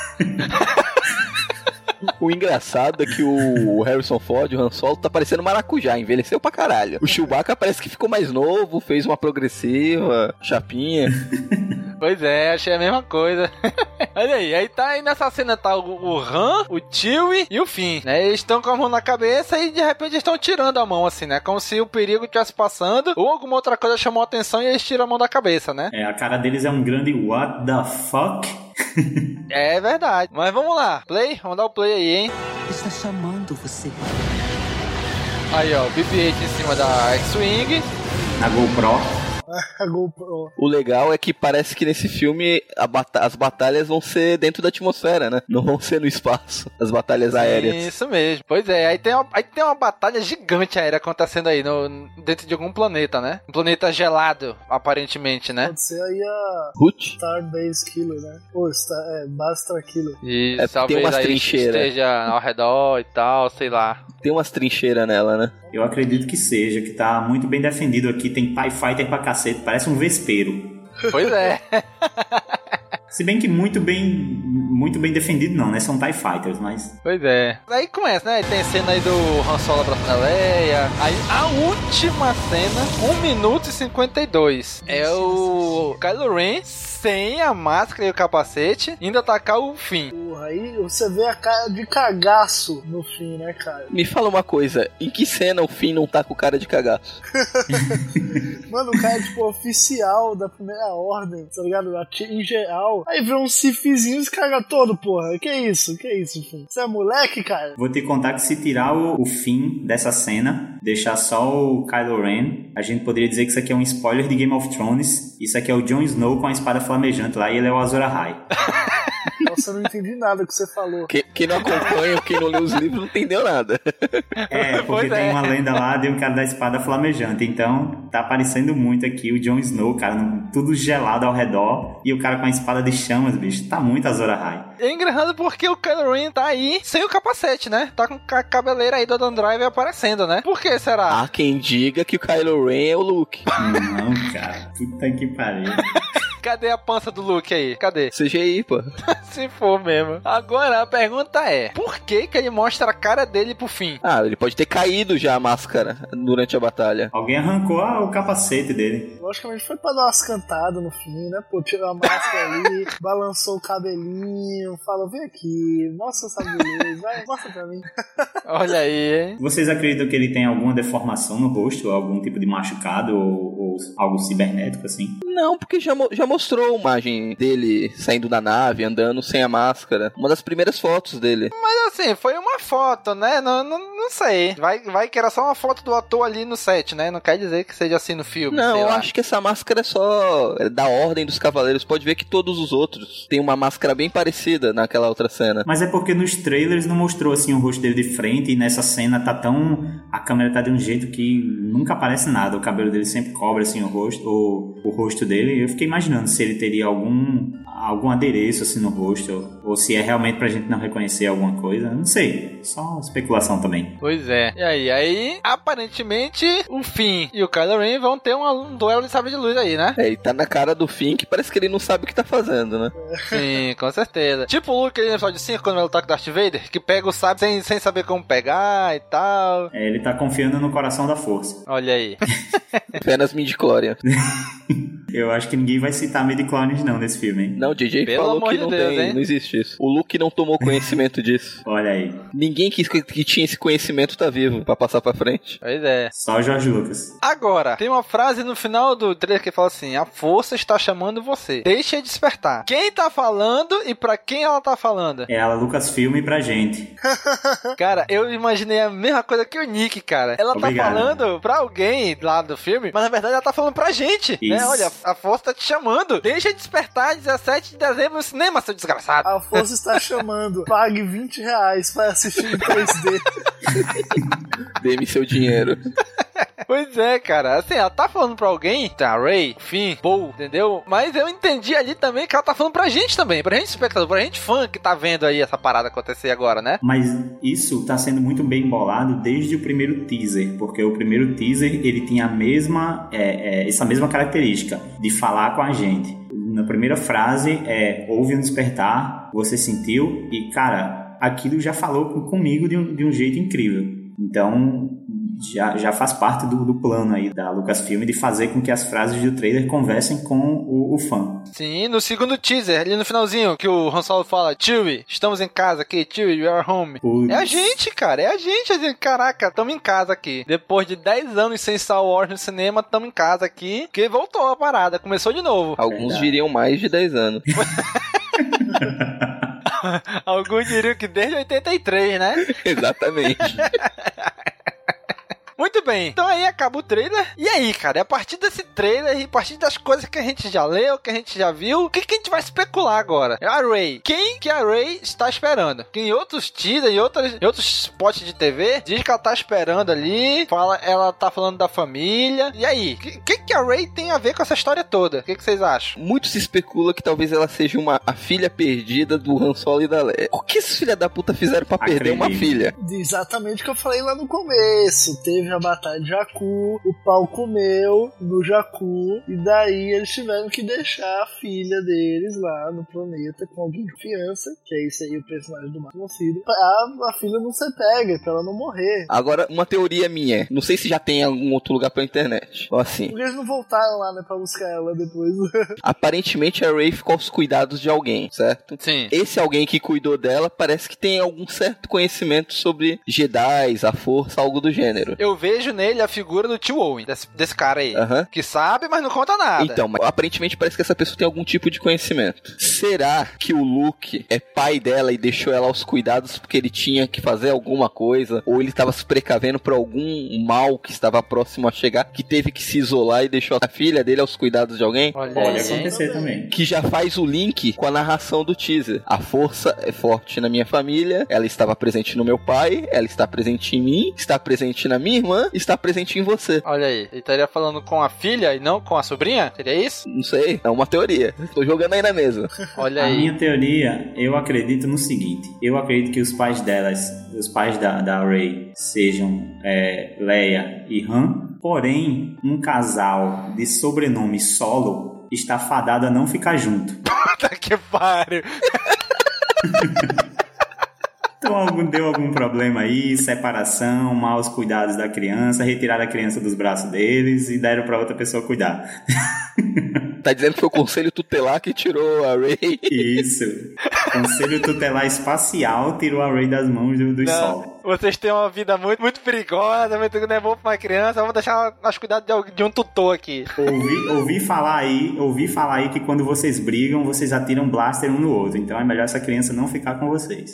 O engraçado é que o Harrison Ford, o Han Solo, tá parecendo maracujá, envelheceu pra caralho. O Chewbacca parece que ficou mais novo, fez uma progressiva, chapinha. Pois é, achei a mesma coisa. Olha aí, aí tá aí nessa cena tá o, o Han, o Chewie e o Finn, né? Eles estão com a mão na cabeça e de repente estão tirando a mão assim, né? Como se o perigo estivesse passando ou alguma outra coisa chamou a atenção e eles tiram a mão da cabeça, né? É, a cara deles é um grande what the fuck? É verdade. Mas vamos lá, play, vamos dar o play aí, hein? Está chamando você. Aí, ó, B B oito em cima da X-Wing. A GoPro. A GoPro. O legal é que parece que nesse filme bata- as batalhas vão ser dentro da atmosfera, né? Não vão ser no espaço, as batalhas aéreas. Isso mesmo. Pois é, aí tem uma, aí tem uma batalha gigante aérea acontecendo aí no, dentro de algum planeta, né? Um planeta gelado, aparentemente, né? Pode ser aí a Hut? Starbase Killer, né? Ou Star, é, Bastra Killer. E É, talvez tem umas aí trincheiras. esteja ao redor e tal, sei lá. Tem umas trincheiras nela, né? Eu acredito que seja, que tá muito bem defendido aqui. Tem TIE Fighter pra cacete, parece um vespeiro. Pois é. Se bem que muito bem muito bem defendido não, né? São TIE Fighters, mas... Pois é. Aí começa, né? Tem a cena aí do Han Solo abraçando a Leia. Aí a última cena, um minuto e cinquenta e dois. É o Kylo Ren sem a máscara e o capacete, indo atacar o Finn. Porra, aí você vê a cara de cagaço no Finn, né, cara? Me fala uma coisa, em que cena o Finn não tá com cara de cagaço? Mano, o cara é tipo oficial da primeira ordem, tá ligado? Em geral. Aí vê um Sifzinho e se caga todo, porra. Que isso? Que isso, Finn? Você é moleque, cara? Vou te contar que se tirar o, o Finn dessa cena, deixar só o Kylo Ren, a gente poderia dizer que isso aqui é um spoiler de Game of Thrones. Isso aqui é o Jon Snow com a espada flamejante lá e ele é o Azor Ahai. Nossa, eu não entendi nada que você falou. Quem, quem não acompanha, quem não lê os livros, não entendeu nada. É, porque Pois tem é. uma lenda lá de um cara da espada flamejante. Então, tá aparecendo muito aqui o Jon Snow, cara, tudo gelado ao redor. E o cara com a espada de chamas, bicho. Tá muito Azor Ahai. É engraçado porque o Kylo Ren tá aí sem o capacete, né? Tá com a cabeleira aí do Adam Driver aparecendo, né? Por que será? Há quem diga que o Kylo Ren é o Luke. Não, cara. Puta que pariu. Cadê a pança do Luke aí? Cadê? C G I, pô. Se for mesmo. Agora a pergunta é: por que que ele mostra a cara dele pro fim? Ah, ele pode ter caído já a máscara durante a batalha. Alguém arrancou ah, o capacete dele. Logicamente foi pra dar umas cantadas no fim, né? Pô, tirou a máscara ali, balançou o cabelinho, falou, vem aqui, mostra essa beleza, vai, mostra pra mim. Olha aí, hein? Vocês acreditam que ele tem alguma deformação no rosto, algum tipo de machucado ou, ou algo cibernético assim? Não, porque já, já mostrou a imagem dele saindo da nave, andando sem a máscara. Uma das primeiras fotos dele. Mas assim, foi uma foto, né? Não, não, não sei. Vai, vai que era só uma foto do ator ali no set, né? Não quer dizer que seja assim no filme. Não, eu lá. acho que essa máscara é só da Ordem dos Cavaleiros. Pode ver que todos os outros têm uma máscara bem parecida naquela outra cena. Mas é porque nos trailers não mostrou assim o rosto dele de frente, e nessa cena tá tão... a câmera tá de um jeito que nunca aparece nada. O cabelo dele sempre cobre assim o rosto, o, o rosto dele. Eu fiquei imaginando se ele teria algum algum adereço assim no rosto, ou, ou se é realmente pra gente não reconhecer alguma coisa. Não sei, só especulação também. Pois é. E aí, aí aparentemente o Finn e o Kylo Ren vão ter um, um duelo de sabre de luz aí, né? É, e tá na cara do Finn que parece que ele não sabe o que tá fazendo, né? Sim, com certeza. Tipo o Luke ali no episódio cinco, quando vai lutar com o Darth Vader, que pega o sabre sem, sem saber como pegar e tal. É, ele tá confiando no coração da força. Olha aí. Fé nas midi-chlorians. Eu acho que ninguém vai citar midi-chlorians não nesse filme, hein? Não, o J J Pelo falou amor que de não Deus, tem, hein? não existe isso. O Luke não tomou conhecimento disso. Olha aí. Ninguém que, que tinha esse conhecimento tá vivo pra passar pra frente. Pois é. Só o George Lucas. Agora, tem uma frase no final do trailer que fala assim: a força está chamando você. Deixa despertar. Quem tá falando e pra quem ela tá falando? É a Lucasfilm pra gente. Cara, eu imaginei a mesma coisa que o Nick, cara. Ela Obrigado. tá falando pra alguém lá do filme, mas na verdade ela tá falando pra gente, Isso. né? Olha, a força tá te chamando. Deixa despertar dezessete de dezembro no cinema, seu desgraçado. A força está chamando. Pague vinte reais para assistir em três D. Dê-me seu dinheiro. Pois é, cara. Assim, ela tá falando pra alguém, tá, Rey, Finn, Poe, entendeu? Mas eu entendi ali também que ela tá falando pra gente também, pra gente espectador, pra gente fã que tá vendo aí essa parada acontecer agora, né? Mas isso tá sendo muito bem bolado desde o primeiro teaser, porque o primeiro teaser, ele tinha a mesma, é, é, essa mesma característica de falar com a gente. Na primeira frase é, houve um despertar, você sentiu, e cara, aquilo já falou com, comigo de um, de um jeito incrível. Então, já, já faz parte do, do plano aí da Lucasfilm de fazer com que as frases do trailer conversem com o, o fã. Sim, no segundo teaser, ali no finalzinho, que o Han Solo fala, Chewie, estamos em casa aqui, Chewie, we are home. Putz. É a gente, cara, é a gente. Assim, caraca, estamos em casa aqui. Depois de dez anos sem Star Wars no cinema, estamos em casa aqui, que voltou a parada, começou de novo. Alguns Verdade. diriam mais de dez anos. Alguns diriam que desde oitenta e três, né? Exatamente. Muito bem, então aí acaba o trailer. E aí, cara, é a partir desse trailer e a partir das coisas que a gente já leu, que a gente já viu, o que, que a gente vai especular agora? É a Rey. Quem que a Rey está esperando? Que em outros teasers, em outros, em outros spots de T V, diz que ela tá esperando ali, fala, ela tá falando da família. E aí, o que, que, que a Rey tem a ver com essa história toda? O que, que vocês acham? Muito se especula que talvez ela seja uma, a filha perdida do Han Solo e da Leia. O que esses filha da puta fizeram pra Acredito. perder uma filha? Exatamente o que eu falei lá no começo. Teve a batalha de Jakku, o pau comeu no Jakku, e daí eles tiveram que deixar a filha deles lá no planeta com alguém de confiança, que é isso aí, o personagem do Marco Moncida, pra a filha não ser pega, pra ela não morrer. Agora, uma teoria minha. Não sei se já tem em algum outro lugar pela internet. Ou assim. Porque eles não voltaram lá, né, pra buscar ela depois. Aparentemente a Rey ficou aos cuidados de alguém, certo? Sim. Esse alguém que cuidou dela parece que tem algum certo conhecimento sobre Jedis, a força, algo do gênero. Eu vejo nele a figura do tio Owen, desse, desse cara aí. Uhum. Que sabe, mas não conta nada. Então, mas aparentemente parece que essa pessoa tem algum tipo de conhecimento. Será que o Luke é pai dela e deixou ela aos cuidados porque ele tinha que fazer alguma coisa? Ou ele estava se precavendo por algum mal que estava próximo a chegar, que teve que se isolar e deixou a filha dele aos cuidados de alguém? Olha, Pode acontecer também. Que já faz o link com a narração do teaser. A força é forte na minha família, ela estava presente no meu pai, ela está presente em mim, está presente na minha irmã, está presente em você. Olha aí, ele estaria falando com a filha e não com a sobrinha? Seria isso? Não sei, é uma teoria. Estou jogando aí na mesa. Olha a aí. A minha teoria, eu acredito no seguinte. Eu acredito que os pais delas, os pais da, da Rey, sejam é, Leia e Han. Porém, um casal de sobrenome Solo está fadado a não ficar junto. Puta que pariu! Então algum, deu algum problema aí, separação, maus cuidados da criança, retiraram a criança dos braços deles e deram pra outra pessoa cuidar. Tá dizendo que foi o Conselho Tutelar que tirou a Rey? Isso. Conselho Tutelar Espacial tirou a Rey das mãos do, do Sol. Vocês têm uma vida muito, muito perigosa, muito não é bom pra uma criança, vamos deixar aos cuidados de, de um tutor aqui. Ouvi, ouvi falar aí, ouvi falar aí que quando vocês brigam, vocês atiram blaster um no outro. Então é melhor essa criança não ficar com vocês.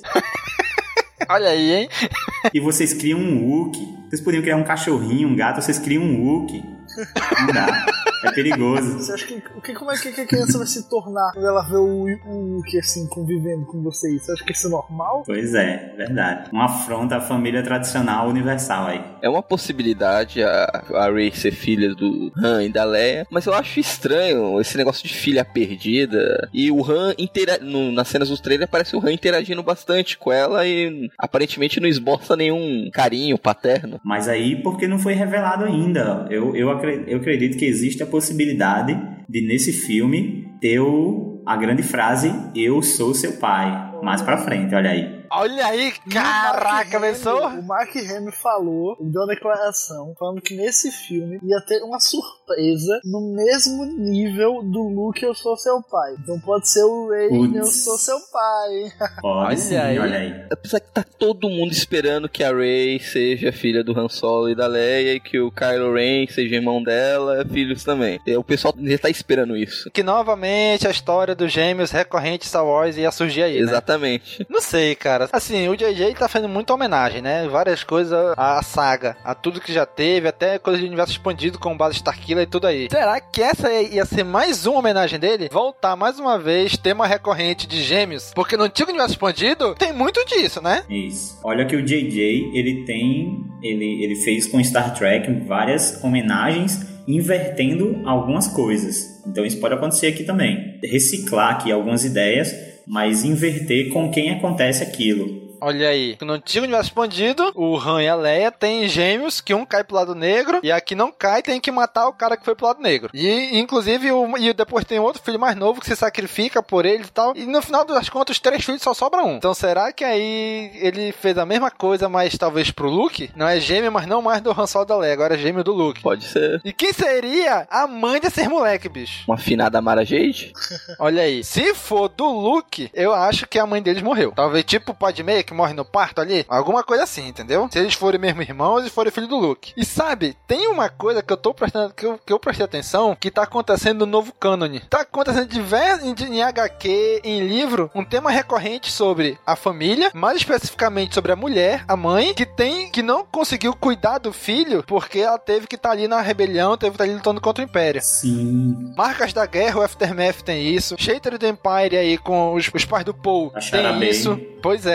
Olha aí, hein? E vocês criam um Wookie. Vocês podiam criar um cachorrinho, um gato, vocês criam um Wookie. Não dá. É perigoso. Você acha que, o que, como é que a criança vai se tornar quando ela vê o Wookie assim, convivendo com vocês? Você acha que isso é normal? Pois é, verdade. Uma afronta à família tradicional universal aí. É uma possibilidade a, a Rey ser filha do Han e da Leia, mas eu acho estranho esse negócio de filha perdida. E o Han, intera- no, nas cenas dos trailers, aparece o Han interagindo bastante com ela e aparentemente não esboça nenhum carinho paterno. Mas aí porque não foi revelado ainda. Eu, eu, acredito, eu acredito que existe a possibilidade de nesse filme ter o, a grande frase "Eu sou seu pai" mais pra frente, olha aí. Olha aí, caraca, pensou? O Mark Hamill falou, deu uma declaração, falando que nesse filme ia ter uma surpresa no mesmo nível do Luke "Eu sou seu pai". Então pode ser o Rey "Eu sou seu pai". Pode olha sim, aí. olha aí. Apesar que tá todo mundo esperando que a Rey seja filha do Han Solo e da Leia e que o Kylo Ren seja irmão dela, filhos também. O pessoal já tá esperando isso. Que novamente a história dos gêmeos recorrentes Star Wars ia surgir aí, exatamente. Né? Não sei, cara. Assim, o J J tá fazendo muita homenagem, né? Várias coisas à saga, a tudo que já teve, até coisas de universo expandido com base Starkiller e tudo aí. Será que essa ia ser mais uma homenagem dele? Voltar mais uma vez, tema recorrente de gêmeos? Porque no antigo universo expandido tem muito disso, né? Isso. Olha que o J J, ele tem... Ele, ele fez com Star Trek várias homenagens invertendo algumas coisas. Então isso pode acontecer aqui também. Reciclar aqui algumas ideias, mas inverter com quem acontece aquilo. Olha aí, no antigo universo expandido, o Han e a Leia têm gêmeos que um cai pro lado negro e a que não cai tem que matar o cara que foi pro lado negro. E inclusive o, e depois tem outro filho mais novo que se sacrifica por ele e tal. E no final das contas, os três filhos só sobra um. Então será que aí ele fez a mesma coisa, mas talvez pro Luke? Não é gêmeo, mas não mais do Han Solo da Leia, agora é gêmeo do Luke. Pode ser. E quem seria a mãe desses moleque, bicho? Uma afinada Mara Jade? Olha aí, se for do Luke, eu acho que a mãe deles morreu. Talvez tipo o Padmé, que morre no parto ali, alguma coisa assim, entendeu? Se eles forem mesmo irmãos, eles forem filho do Luke. E sabe, tem uma coisa que eu tô prestando, que eu, que eu prestei atenção, que tá acontecendo no novo cânone. Tá acontecendo diversos em, em H Q, em livro, um tema recorrente sobre a família, mais especificamente sobre a mulher, a mãe, que tem, que não conseguiu cuidar do filho, porque ela teve que estar tá ali na rebelião, teve que estar tá ali lutando contra o Império. Sim. Marcas da Guerra, o Aftermath tem isso. Shattered Empire aí com os, os pais do Paul tem isso. Pois é. Então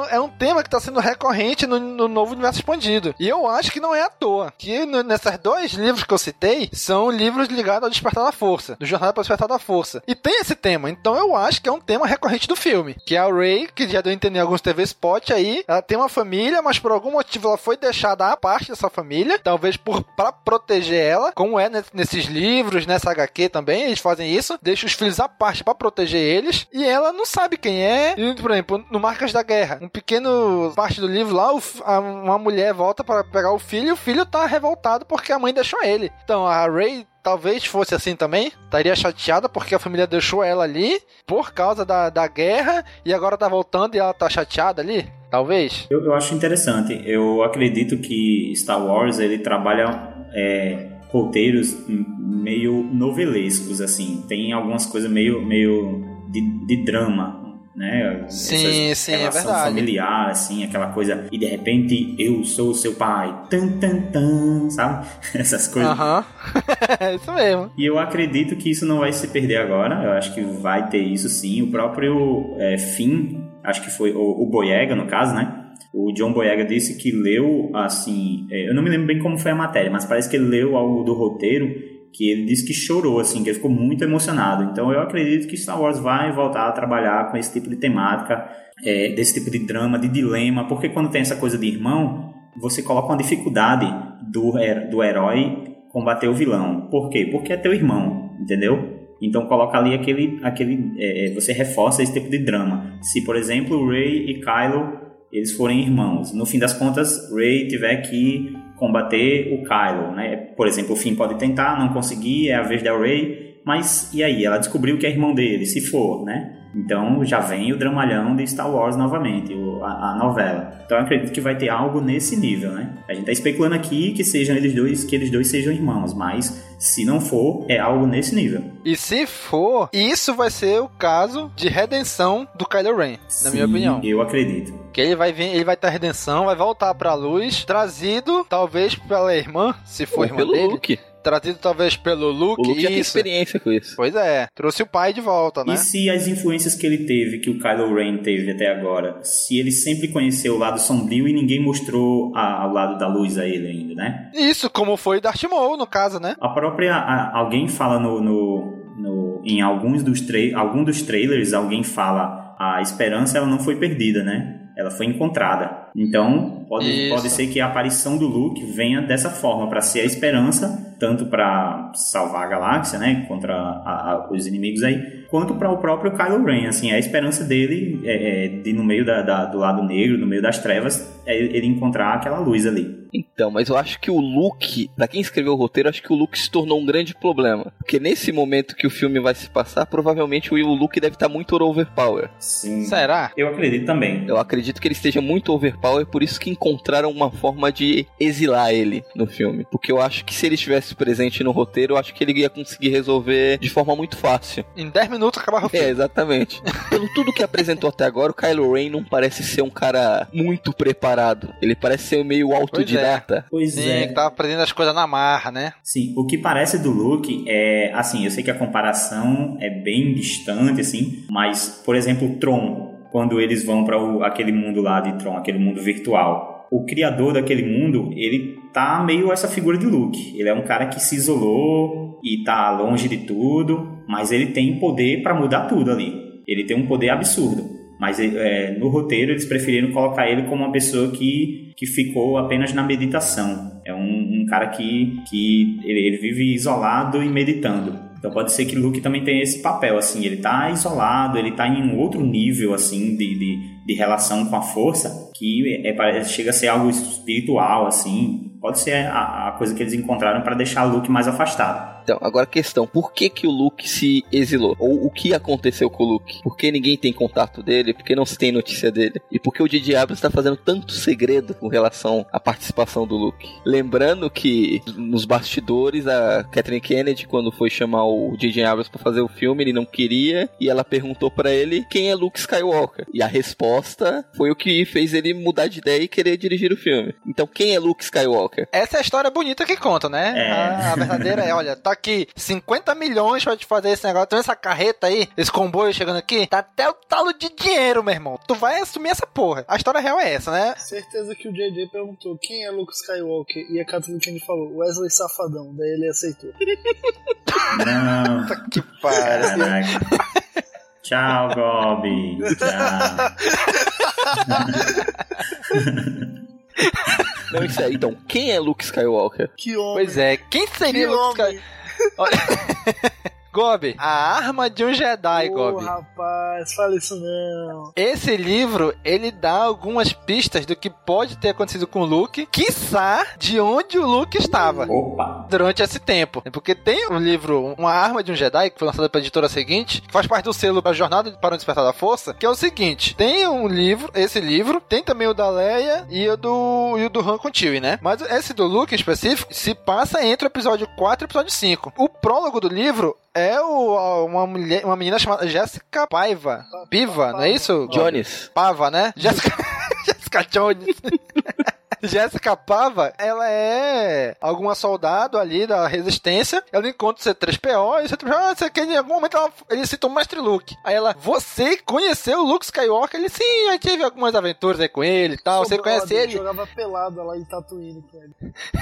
é um tema que tá sendo recorrente no, no novo universo expandido. E eu acho que não é à toa. Que no, nessas dois livros que eu citei, são livros ligados ao Despertar da Força. Do Jornada para o Despertar da Força. E tem esse tema. Então eu acho que é um tema recorrente do filme. Que é a Rey, que já deu a entender em alguns T V Spot aí, ela tem uma família, mas por algum motivo ela foi deixada à parte dessa família. Talvez por, pra proteger ela. Como é nesses livros, nessa H Q também, eles fazem isso. Deixam os filhos à parte pra proteger eles. E ela não sabe quem é. E, por exemplo, no Marcas da Guerra, um pequeno parte do livro lá, o, a, uma mulher volta para pegar o filho e o filho tá revoltado porque a mãe deixou ele. Então a Rey talvez fosse assim também, estaria chateada porque a família deixou ela ali por causa da, da guerra e agora tá voltando e ela tá chateada ali. Talvez. Eu, eu acho interessante. Eu acredito que Star Wars ele trabalha é, roteiros meio novelescos, assim. Tem algumas coisas meio, meio de, de drama, né? Sim, Essas sim, é relação verdade. familiar, assim, aquela coisa. E de repente eu sou seu pai. Tan, tan, tan, sabe? Essas coisas. Aham. É isso mesmo. E eu acredito que isso não vai se perder agora. Eu acho que vai ter isso sim. O próprio é, Finn, acho que foi o, o Boyega, no caso, né? O John Boyega disse que leu, assim... É, eu não me lembro bem como foi a matéria, mas parece que ele leu algo do roteiro que ele disse que chorou, assim, que ele ficou muito emocionado. Então eu acredito que Star Wars vai voltar a trabalhar com esse tipo de temática, é, desse tipo de drama, de dilema, porque quando tem essa coisa de irmão, você coloca uma dificuldade do, do herói combater o vilão. Por quê? Porque é teu irmão, entendeu? Então coloca ali aquele... aquele é, você reforça esse tipo de drama. Se, por exemplo, Rey e Kylo, eles forem irmãos, no fim das contas, Rey tiver que combater o Kylo, né? Por exemplo, o Finn pode tentar, não conseguir, é a vez da Rey, mas e aí? Ela descobriu que é irmão dele, se for, né? Então já vem o dramalhão de Star Wars novamente, a, a novela. Então eu acredito que vai ter algo nesse nível, né? A gente tá especulando aqui que sejam eles dois, que eles dois sejam irmãos, mas se não for, é algo nesse nível. E se for, isso vai ser o caso de redenção do Kylo Ren, na Sim, minha opinião. Eu acredito. Que ele vai vir, ele vai ter redenção, vai voltar pra luz, trazido talvez pela irmã, se for Ou irmã pelo dele. Luke. Trazido talvez pelo Luke. O Luke já tem isso. experiência com isso. Pois é, trouxe o pai de volta, né? E se as influências que ele teve, que o Kylo Ren teve até agora, se ele sempre conheceu o lado sombrio e ninguém mostrou a, ao lado da luz a ele ainda, né? Isso, como foi Darth Maul, no caso, né? A própria... A, alguém fala no... no, no em alguns dos, tra- algum dos trailers, alguém fala a esperança ela não foi perdida, né? Ela foi encontrada. Então, pode, pode ser que a aparição do Luke venha dessa forma, para ser a esperança, tanto para salvar a galáxia, né, contra a, a, os inimigos aí, quanto para o próprio Kylo Ren. Assim, a esperança dele, é, é, de no meio da, da, do lado negro, no meio das trevas, é ele encontrar aquela luz ali. Então, mas eu acho que o Luke, pra quem escreveu o roteiro, acho que o Luke se tornou um grande problema. Porque nesse momento que o filme vai se passar, provavelmente o Luke deve estar muito overpower. Sim. Será? Eu acredito também. Eu acredito que ele esteja muito overpower, por isso que encontraram uma forma de exilar ele no filme. Porque eu acho que se ele estivesse presente no roteiro, eu acho que ele ia conseguir resolver de forma muito fácil. Em dez minutos acabava o filme. É, exatamente. Pelo tudo que apresentou até agora, o Kylo Ren não parece ser um cara muito preparado. Ele parece ser meio autodidata. Pois Sim, é. que tava aprendendo as coisas na marra, né? Sim, o que parece do Luke é, assim, eu sei que a comparação é bem distante, assim, mas, por exemplo, Tron, quando eles vão para aquele mundo lá de Tron, aquele mundo virtual, o criador daquele mundo, ele tá meio essa figura de Luke. Ele é um cara que se isolou e tá longe de tudo, mas ele tem poder para mudar tudo ali. Ele tem um poder absurdo. Mas é, no roteiro eles preferiram colocar ele como uma pessoa que, que ficou apenas na meditação. É um, um cara que, que ele, ele vive isolado e meditando. Então pode ser que Luke também tenha esse papel, assim, ele tá isolado, ele tá em um outro nível, assim, de, de, de relação com a força, que é, chega a ser algo espiritual, assim. Pode ser a, a coisa que eles encontraram para deixar Luke mais afastado. Então, agora a questão, por que que o Luke se exilou? Ou o que aconteceu com o Luke? Por que ninguém tem contato dele? Por que não se tem notícia dele? E por que o J J Abrams está fazendo tanto segredo com relação à participação do Luke? Lembrando que nos bastidores, a Kathleen Kennedy, quando foi chamar o J J Abrams para fazer o filme, ele não queria, e ela perguntou para ele quem é Luke Skywalker. E a resposta bosta foi o que fez ele mudar de ideia e querer dirigir o filme. Então quem é Luke Skywalker? Essa é a história bonita que conta, né? É. A, a verdadeira é, olha, tá aqui cinquenta milhões pra te fazer esse negócio, tem essa carreta aí, esse comboio chegando aqui, tá até o talo de dinheiro, meu irmão. Tu vai assumir essa porra. A história real é essa, né? Certeza que o J J perguntou quem é Luke Skywalker e a Kathleen Kennedy falou Wesley Safadão, daí ele aceitou. Não. Que pariu. Tchau, Gobi. Tchau. Não, isso aí. Então, quem é Luke Skywalker? Que homem. Pois é, quem seria que Luke Skywalker? Gobi, a arma de um Jedi, oh, Gobi. Rapaz, fala isso não. Esse livro, ele dá algumas pistas do que pode ter acontecido com o Luke, quiçá de onde o Luke estava. Opa. Durante esse tempo. Porque tem um livro, Uma Arma de um Jedi, que foi lançado pela editora seguinte, que faz parte do selo A Jornada para o Despertar da Força, que é o seguinte, tem um livro, esse livro, tem também o da Leia e o do, e o do Han com o Chewie, né? Mas esse do Luke, em específico, se passa entre o episódio quatro e o episódio cinco. O prólogo do livro é o, uma, mulher, uma menina chamada Jessica Paiva. Piva, não é isso? Jones. Pava, né? Jessica, Jessica Jones. Jessica Pava, ela é alguma soldado ali da resistência. Ela encontra o C três P O e o C três P O, ah, sei que em algum momento ela, ele cita o Mestre Luke. Aí ela, você conheceu o Luke Skywalker? Ele, sim, eu tive algumas aventuras aí com ele e tal. Sobrou, você conhece ele? Jogava pelada lá em Tatooine com ele.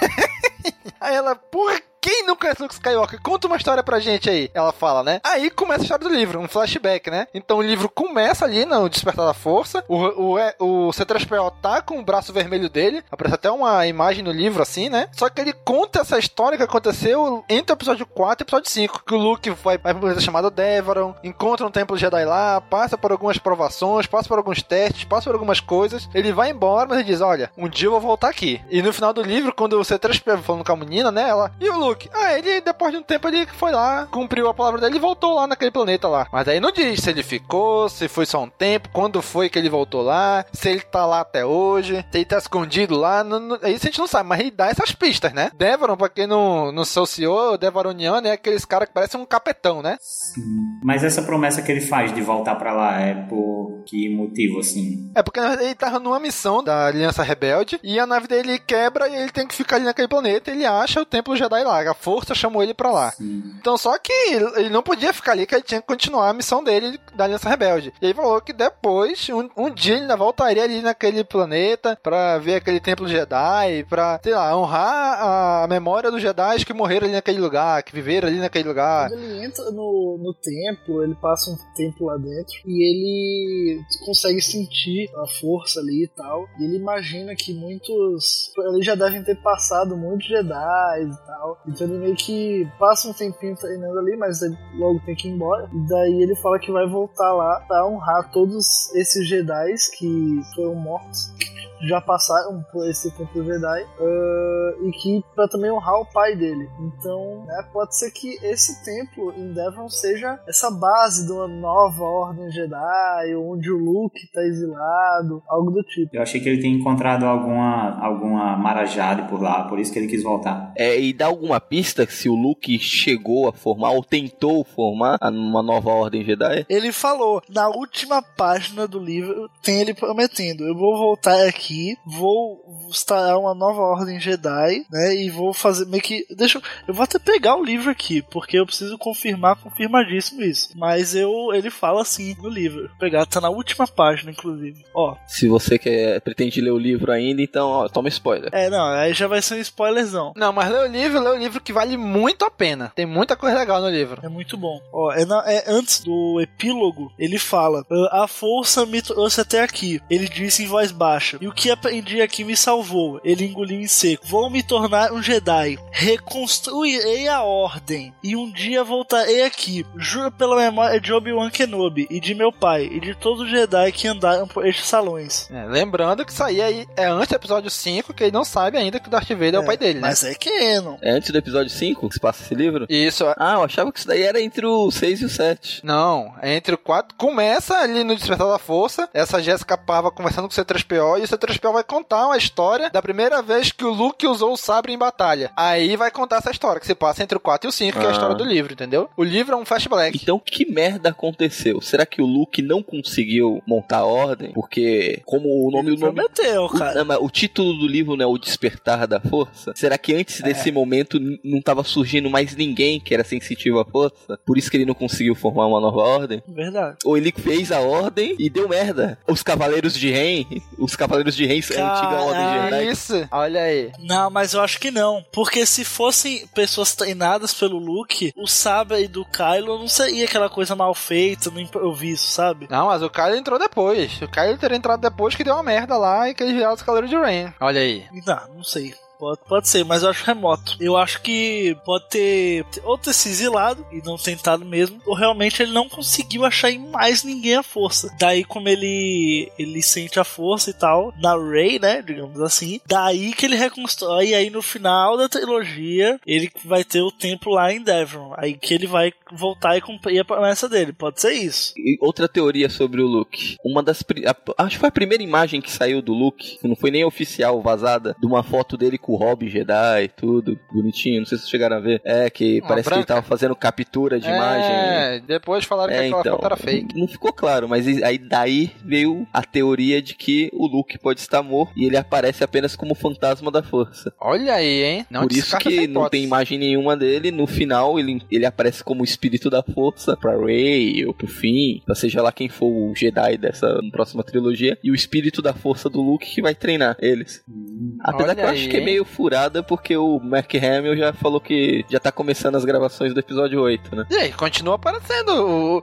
Aí ela, porra, quem não conhece Luke Skywalker? Conta uma história pra gente aí. Ela fala, né? Aí começa a história do livro, um flashback, né? Então o livro começa ali no Despertar da Força. O, o, o C três P O tá com o braço vermelho dele. Aparece até uma imagem no livro assim, né? Só que ele conta essa história que aconteceu entre o episódio quatro e o episódio cinco. Que o Luke vai pra uma planeta chamada Devaron, encontra um templo Jedi lá, passa por algumas provações, passa por alguns testes, passa por algumas coisas. Ele vai embora, mas ele diz, olha, um dia eu vou voltar aqui. E no final do livro, quando o C três P O falando com a menina, né? Ela, e o Luke? Ah, ele, depois de um tempo, ele foi lá, cumpriu a palavra dele e voltou lá naquele planeta lá. Mas aí não diz se ele ficou, se foi só um tempo, quando foi que ele voltou lá, se ele tá lá até hoje, se ele tá escondido lá, não, não, isso a gente não sabe, mas ele dá essas pistas, né? Devaron, pra quem não, não associou, o Devaroniano é aqueles caras que parecem um capetão, né? Sim. Mas essa promessa que ele faz de voltar pra lá é por que motivo, assim? É porque na verdade ele tava numa missão da Aliança Rebelde e a nave dele quebra e ele tem que ficar ali naquele planeta e ele acha o Templo Jedi lá, a Força chamou ele pra lá. Sim. Então só que ele não podia ficar ali, que ele tinha que continuar a missão dele da Aliança Rebelde. E ele falou que depois, um, um dia ele ainda voltaria ali naquele planeta pra ver aquele Templo Jedi, pra, sei lá, honrar a memória dos Jedi que morreram ali naquele lugar, que viveram ali naquele lugar. Quando ele entra no, no templo, ele passa um tempo lá dentro e ele consegue sentir a força ali e tal. E ele imagina que muitos ali já devem ter passado muitos Jedi e tal. Então ele meio que passa um tempinho treinando ali, mas ele logo tem que ir embora. E daí ele fala que vai voltar lá pra honrar todos esses Jedi que foram mortos, já passaram por esse Templo Jedi, uh, e que para também honrar o pai dele. Então, né, pode ser que esse templo em Devaron seja essa base de uma nova ordem Jedi, onde o Luke tá exilado, algo do tipo. Eu achei que ele tinha encontrado alguma, alguma marajade por lá, por isso que ele quis voltar. É, e dá alguma pista se o Luke chegou a formar ou tentou formar uma nova ordem Jedi? Ele falou, na última página do livro, tem ele prometendo, eu vou voltar aqui Aqui, vou instalar uma nova ordem Jedi, né, e vou fazer meio que, deixa eu, eu vou até pegar o livro aqui, porque eu preciso confirmar, confirmadíssimo isso, mas eu, ele fala assim no livro, vou pegar, tá na última página, inclusive, ó. Se você quer, pretende ler o livro ainda, então, ó, toma spoiler. É, não, aí já vai ser um spoilerzão. Não, mas lê o livro, lê o livro que vale muito a pena, tem muita coisa legal no livro. É muito bom. Ó, é, na, é antes do epílogo, ele fala, a força me trouxe até aqui, ele disse em voz baixa, e o que aprendi aqui me salvou. Ele engoliu em seco. Vou me tornar um Jedi. Reconstruirei a ordem. E um dia voltarei aqui. Juro pela memória de Obi-Wan Kenobi e de meu pai e de todos os Jedi que andaram por estes salões. É, lembrando que isso aí é, é antes do episódio cinco, que ele não sabe ainda que o Darth Vader é, é o pai dele, né? Mas é canon. É antes do episódio cinco que se passa esse livro? Isso. Ah, eu achava que isso daí era entre o seis e o sete. Não, é entre o quatro. Começa ali no Despertar da Força, essa Jessica Pava conversando com o C três P O e o C três três P O vai contar uma história da primeira vez que o Luke usou o sabre em batalha. Aí vai contar essa história, que se passa entre o quatro e o cinco, ah. que é a história do livro, entendeu? O livro é um flashback. Então, que merda aconteceu? Será que o Luke não conseguiu montar a ordem? Porque, como o nome... Ele o, nome prometeu, cara. O, não, o título do livro, né, o Despertar da Força. Será que antes desse é. momento não tava surgindo mais ninguém que era sensitivo à força? Por isso que ele não conseguiu formar uma nova ordem? Verdade. Ou ele fez a ordem e deu merda. Os Cavaleiros de Ren, os Cavaleiros de Ren é a antiga ordem Jedi. Isso, olha aí. Não, mas eu acho que não. Porque se fossem pessoas treinadas pelo Luke, o sabre do Kylo não seria aquela coisa mal feita, no improviso, sabe? Não, mas o Kylo entrou depois. O Kylo teria entrado depois que deu uma merda lá e que eles viraram os Cavaleiros de Ren. Olha aí. Não, não sei. Pode, pode ser, mas eu acho remoto. Eu acho que pode ter ou ter se exilado e não tentado mesmo, ou realmente ele não conseguiu achar em mais ninguém a força. Daí, como ele ele sente a força e tal, na Rey, né, digamos assim, daí que ele reconstrói, e aí no final da trilogia, ele vai ter o templo lá em Devon. Aí que ele vai voltar e cumprir a promessa dele. Pode ser isso. E outra teoria sobre o Luke. Uma das... A, acho que foi a primeira imagem que saiu do Luke, que não foi nem oficial, vazada, de uma foto dele com o Hobby Jedi e tudo, bonitinho, não sei se vocês chegaram a ver. É, que uma parece branca. Que ele tava fazendo captura de é, imagem. É, depois falaram é, que aquela então, foto era fake. Não ficou claro, mas aí daí veio a teoria de que o Luke pode estar morto e ele aparece apenas como fantasma da força. Olha aí, hein? Não Por isso que não tem imagem nenhuma dele. No final, ele, ele aparece como espírito da força pra Rey ou pro Finn, pra seja lá quem for o Jedi dessa próxima trilogia, e o espírito da força do Luke que vai treinar eles. Hum, Apesar que eu acho aí, que é meio furada, porque o Mark Hamill já falou que já tá começando as gravações do episódio oito, né? E aí, continua aparecendo o,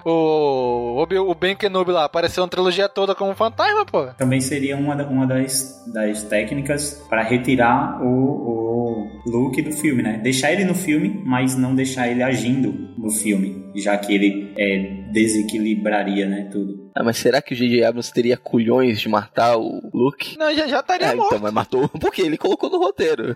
o, o, o Ben Kenobi lá, apareceu uma trilogia toda como fantasma, pô. Também seria uma, uma das, das técnicas para retirar o, o Luke do filme, né? Deixar ele no filme, mas não deixar ele agindo no filme, já que ele é, desequilibraria, né, tudo. Ah, mas será que o J J Abrams teria culhões de matar o Luke? Não, já, já estaria é, morto. Então, mas matou porque ele colocou no roteiro.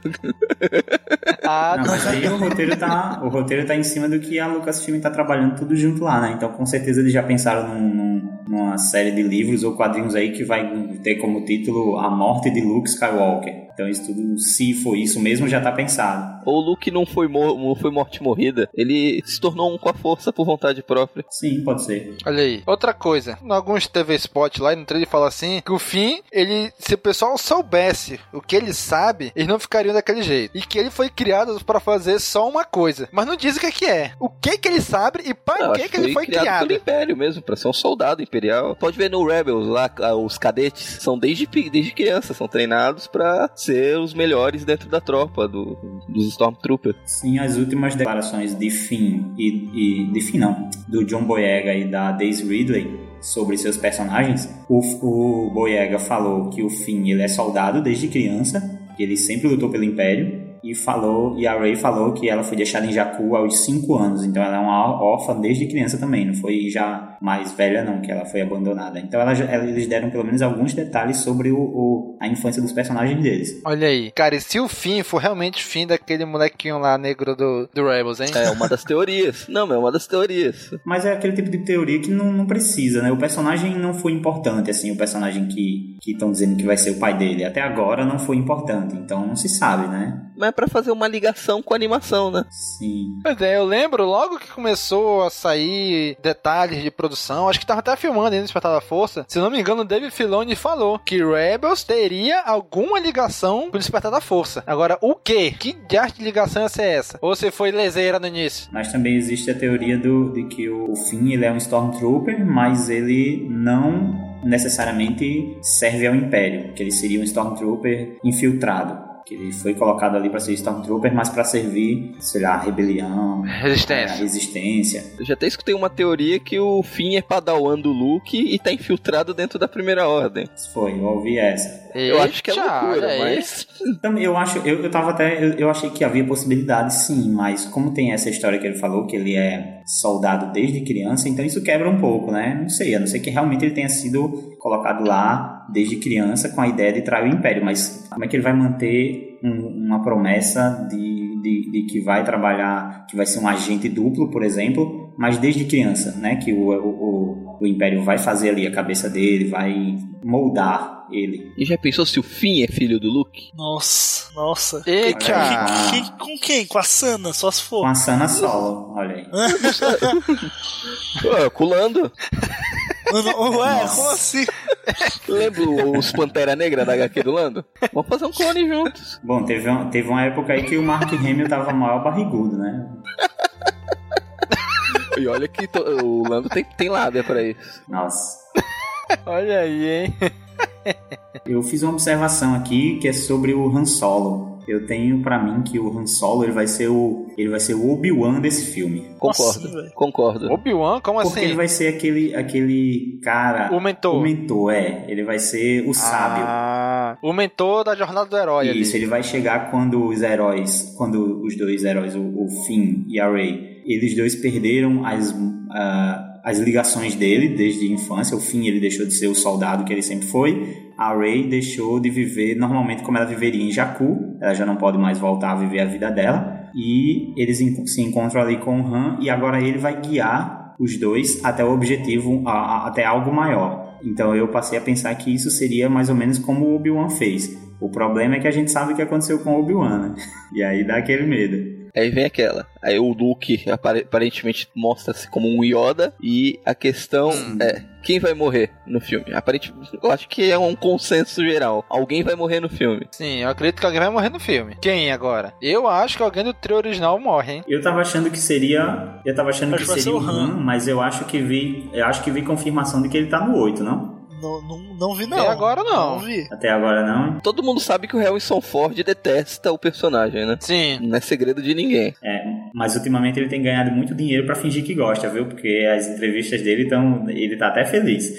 Ah, não, mas aí o roteiro, tá, o roteiro tá em cima do que a Lucasfilm tá trabalhando tudo junto lá, né? Então, com certeza eles já pensaram num, num, numa série de livros ou quadrinhos aí que vai ter como título A Morte de Luke Skywalker. Então, isso tudo, se for isso mesmo, já tá pensado. Ou o Luke não foi, mor- não foi morte morrida, ele se tornou um com a força por vontade própria. Sim, pode ser. Olha aí. Outra coisa, em alguns T V Spot lá, no trailer fala assim, que o Finn, ele, se o pessoal soubesse o que ele sabe, eles não ficariam daquele jeito. E que ele foi criado pra fazer só uma coisa. Mas não diz o que, que é. O que que ele sabe e para o que, que ele foi criado. criado. Pelo Império mesmo, pra ser um soldado imperial. Pode ver no Rebels lá, os cadetes são desde, desde criança, são treinados pra ser os melhores dentro da tropa do, dos Stormtroopers. Sim, as últimas declarações de Finn e, e de Finn não, do John Boyega e da Daisy Ridley sobre seus personagens, o, o Boyega falou que o Finn ele é soldado desde criança, que ele sempre lutou pelo Império, e falou, e a Rey falou que ela foi deixada em Jakku aos cinco anos, então ela é uma órfã desde criança também, não foi já mais velha não, que ela foi abandonada. Então ela, eles deram pelo menos alguns detalhes sobre o, o, a infância dos personagens deles. Olha aí, cara, e se o Finn for realmente o Finn daquele molequinho lá negro do, do Rebels, hein? É uma das teorias. Não, é uma das teorias. Mas é aquele tipo de teoria que não, não precisa, né? O personagem não foi importante, assim, o personagem que estão dizendo que vai ser o pai dele. Até agora não foi importante, então não se sabe, né? Mas é pra fazer uma ligação com a animação, né? Sim. Pois é, eu lembro logo que começou a sair detalhes de produção, acho que tava até filmando ainda no Despertar da Força, se não me engano o Dave Filoni falou que Rebels teria alguma ligação com o Despertar da Força. Agora, o quê? Que arte de ligação ia ser essa? Ou você foi leseira no início? Mas também existe a teoria do, de que o Finn ele é um Stormtrooper, mas ele não necessariamente serve ao Império, que ele seria um Stormtrooper infiltrado. Que ele foi colocado ali pra ser Stormtrooper, mas pra servir, sei lá, a rebelião, resistência. A resistência. Eu já até escutei uma teoria que o Finn é padawan do Luke e tá infiltrado dentro da Primeira Ordem. Foi, eu ouvi essa. Eu Eita, acho que é loucura, é mas... Também, eu acho, eu, eu tava até, eu, eu achei que havia possibilidade sim, mas como tem essa história que ele falou, que ele é soldado desde criança, então isso quebra um pouco, né? Não sei, a não ser que realmente ele tenha sido colocado lá desde criança com a ideia de trair o Império, mas como é que ele vai manter um, uma promessa de, de, de que vai trabalhar, que vai ser um agente duplo, por exemplo, mas desde criança, né? Que o, o, o Império vai fazer ali a cabeça dele, vai moldar ele. E já pensou se o Finn é filho do Luke? Nossa, nossa. Eita! Que, que, com quem? Com a Sana, só se for. Com a Sana Solo, olha aí. Pô, com o Lando. Ué, como assim? Lembra os Pantera Negra da H Q do Lando? Vamos fazer um clone juntos. Bom, teve, um, teve uma época aí que o Mark Hamill tava maior barrigudo, né? E olha que to, o Lando tem, tem lábia pra isso. Nossa. Olha aí, hein? Eu fiz uma observação aqui que é sobre o Han Solo. Eu tenho pra mim que o Han Solo ele vai ser o ele vai ser o Obi-Wan desse filme. Concordo, Nossa, concordo. Obi-Wan? Como Porque assim? ele vai ser aquele, aquele cara... O mentor. O mentor, é. Ele vai ser o sábio. Ah, o mentor da jornada do herói. Isso, ali. ele vai chegar quando os heróis, quando os dois heróis, o, o Finn e a Rey, eles dois perderam as... Uh, as ligações dele desde a infância. O Finn, ele deixou de ser o soldado que ele sempre foi. A Rey deixou de viver normalmente como ela viveria em Jakku. Ela já não pode mais voltar a viver a vida dela. E eles se encontram ali com o Han. E agora ele vai guiar os dois até o objetivo, a, a, até algo maior. Então eu passei a pensar que isso seria mais ou menos como o Obi-Wan fez. O problema é que a gente sabe o que aconteceu com o Obi-Wan, né? E aí dá aquele medo. Aí vem aquela. Aí o Luke aparentemente mostra-se como um Yoda. E a questão hum. é: quem vai morrer no filme? Aparentemente, eu acho que é um consenso geral. Alguém vai morrer no filme. Sim, eu acredito que alguém vai morrer no filme. Quem agora? Eu acho que alguém do trio original morre, hein? Eu tava achando que seria. Eu tava achando acho que seria o Han, Han, mas eu acho que vi. Eu acho que vi confirmação de que ele tá no oito, não? Não, não, não vi, não. Até agora, não. Não vi. Até agora, não. Todo mundo sabe que o Harrison Ford detesta o personagem, né? Sim. Não é segredo de ninguém. É, mas ultimamente ele tem ganhado muito dinheiro pra fingir que gosta, viu? Porque as entrevistas dele estão... Ele tá até feliz.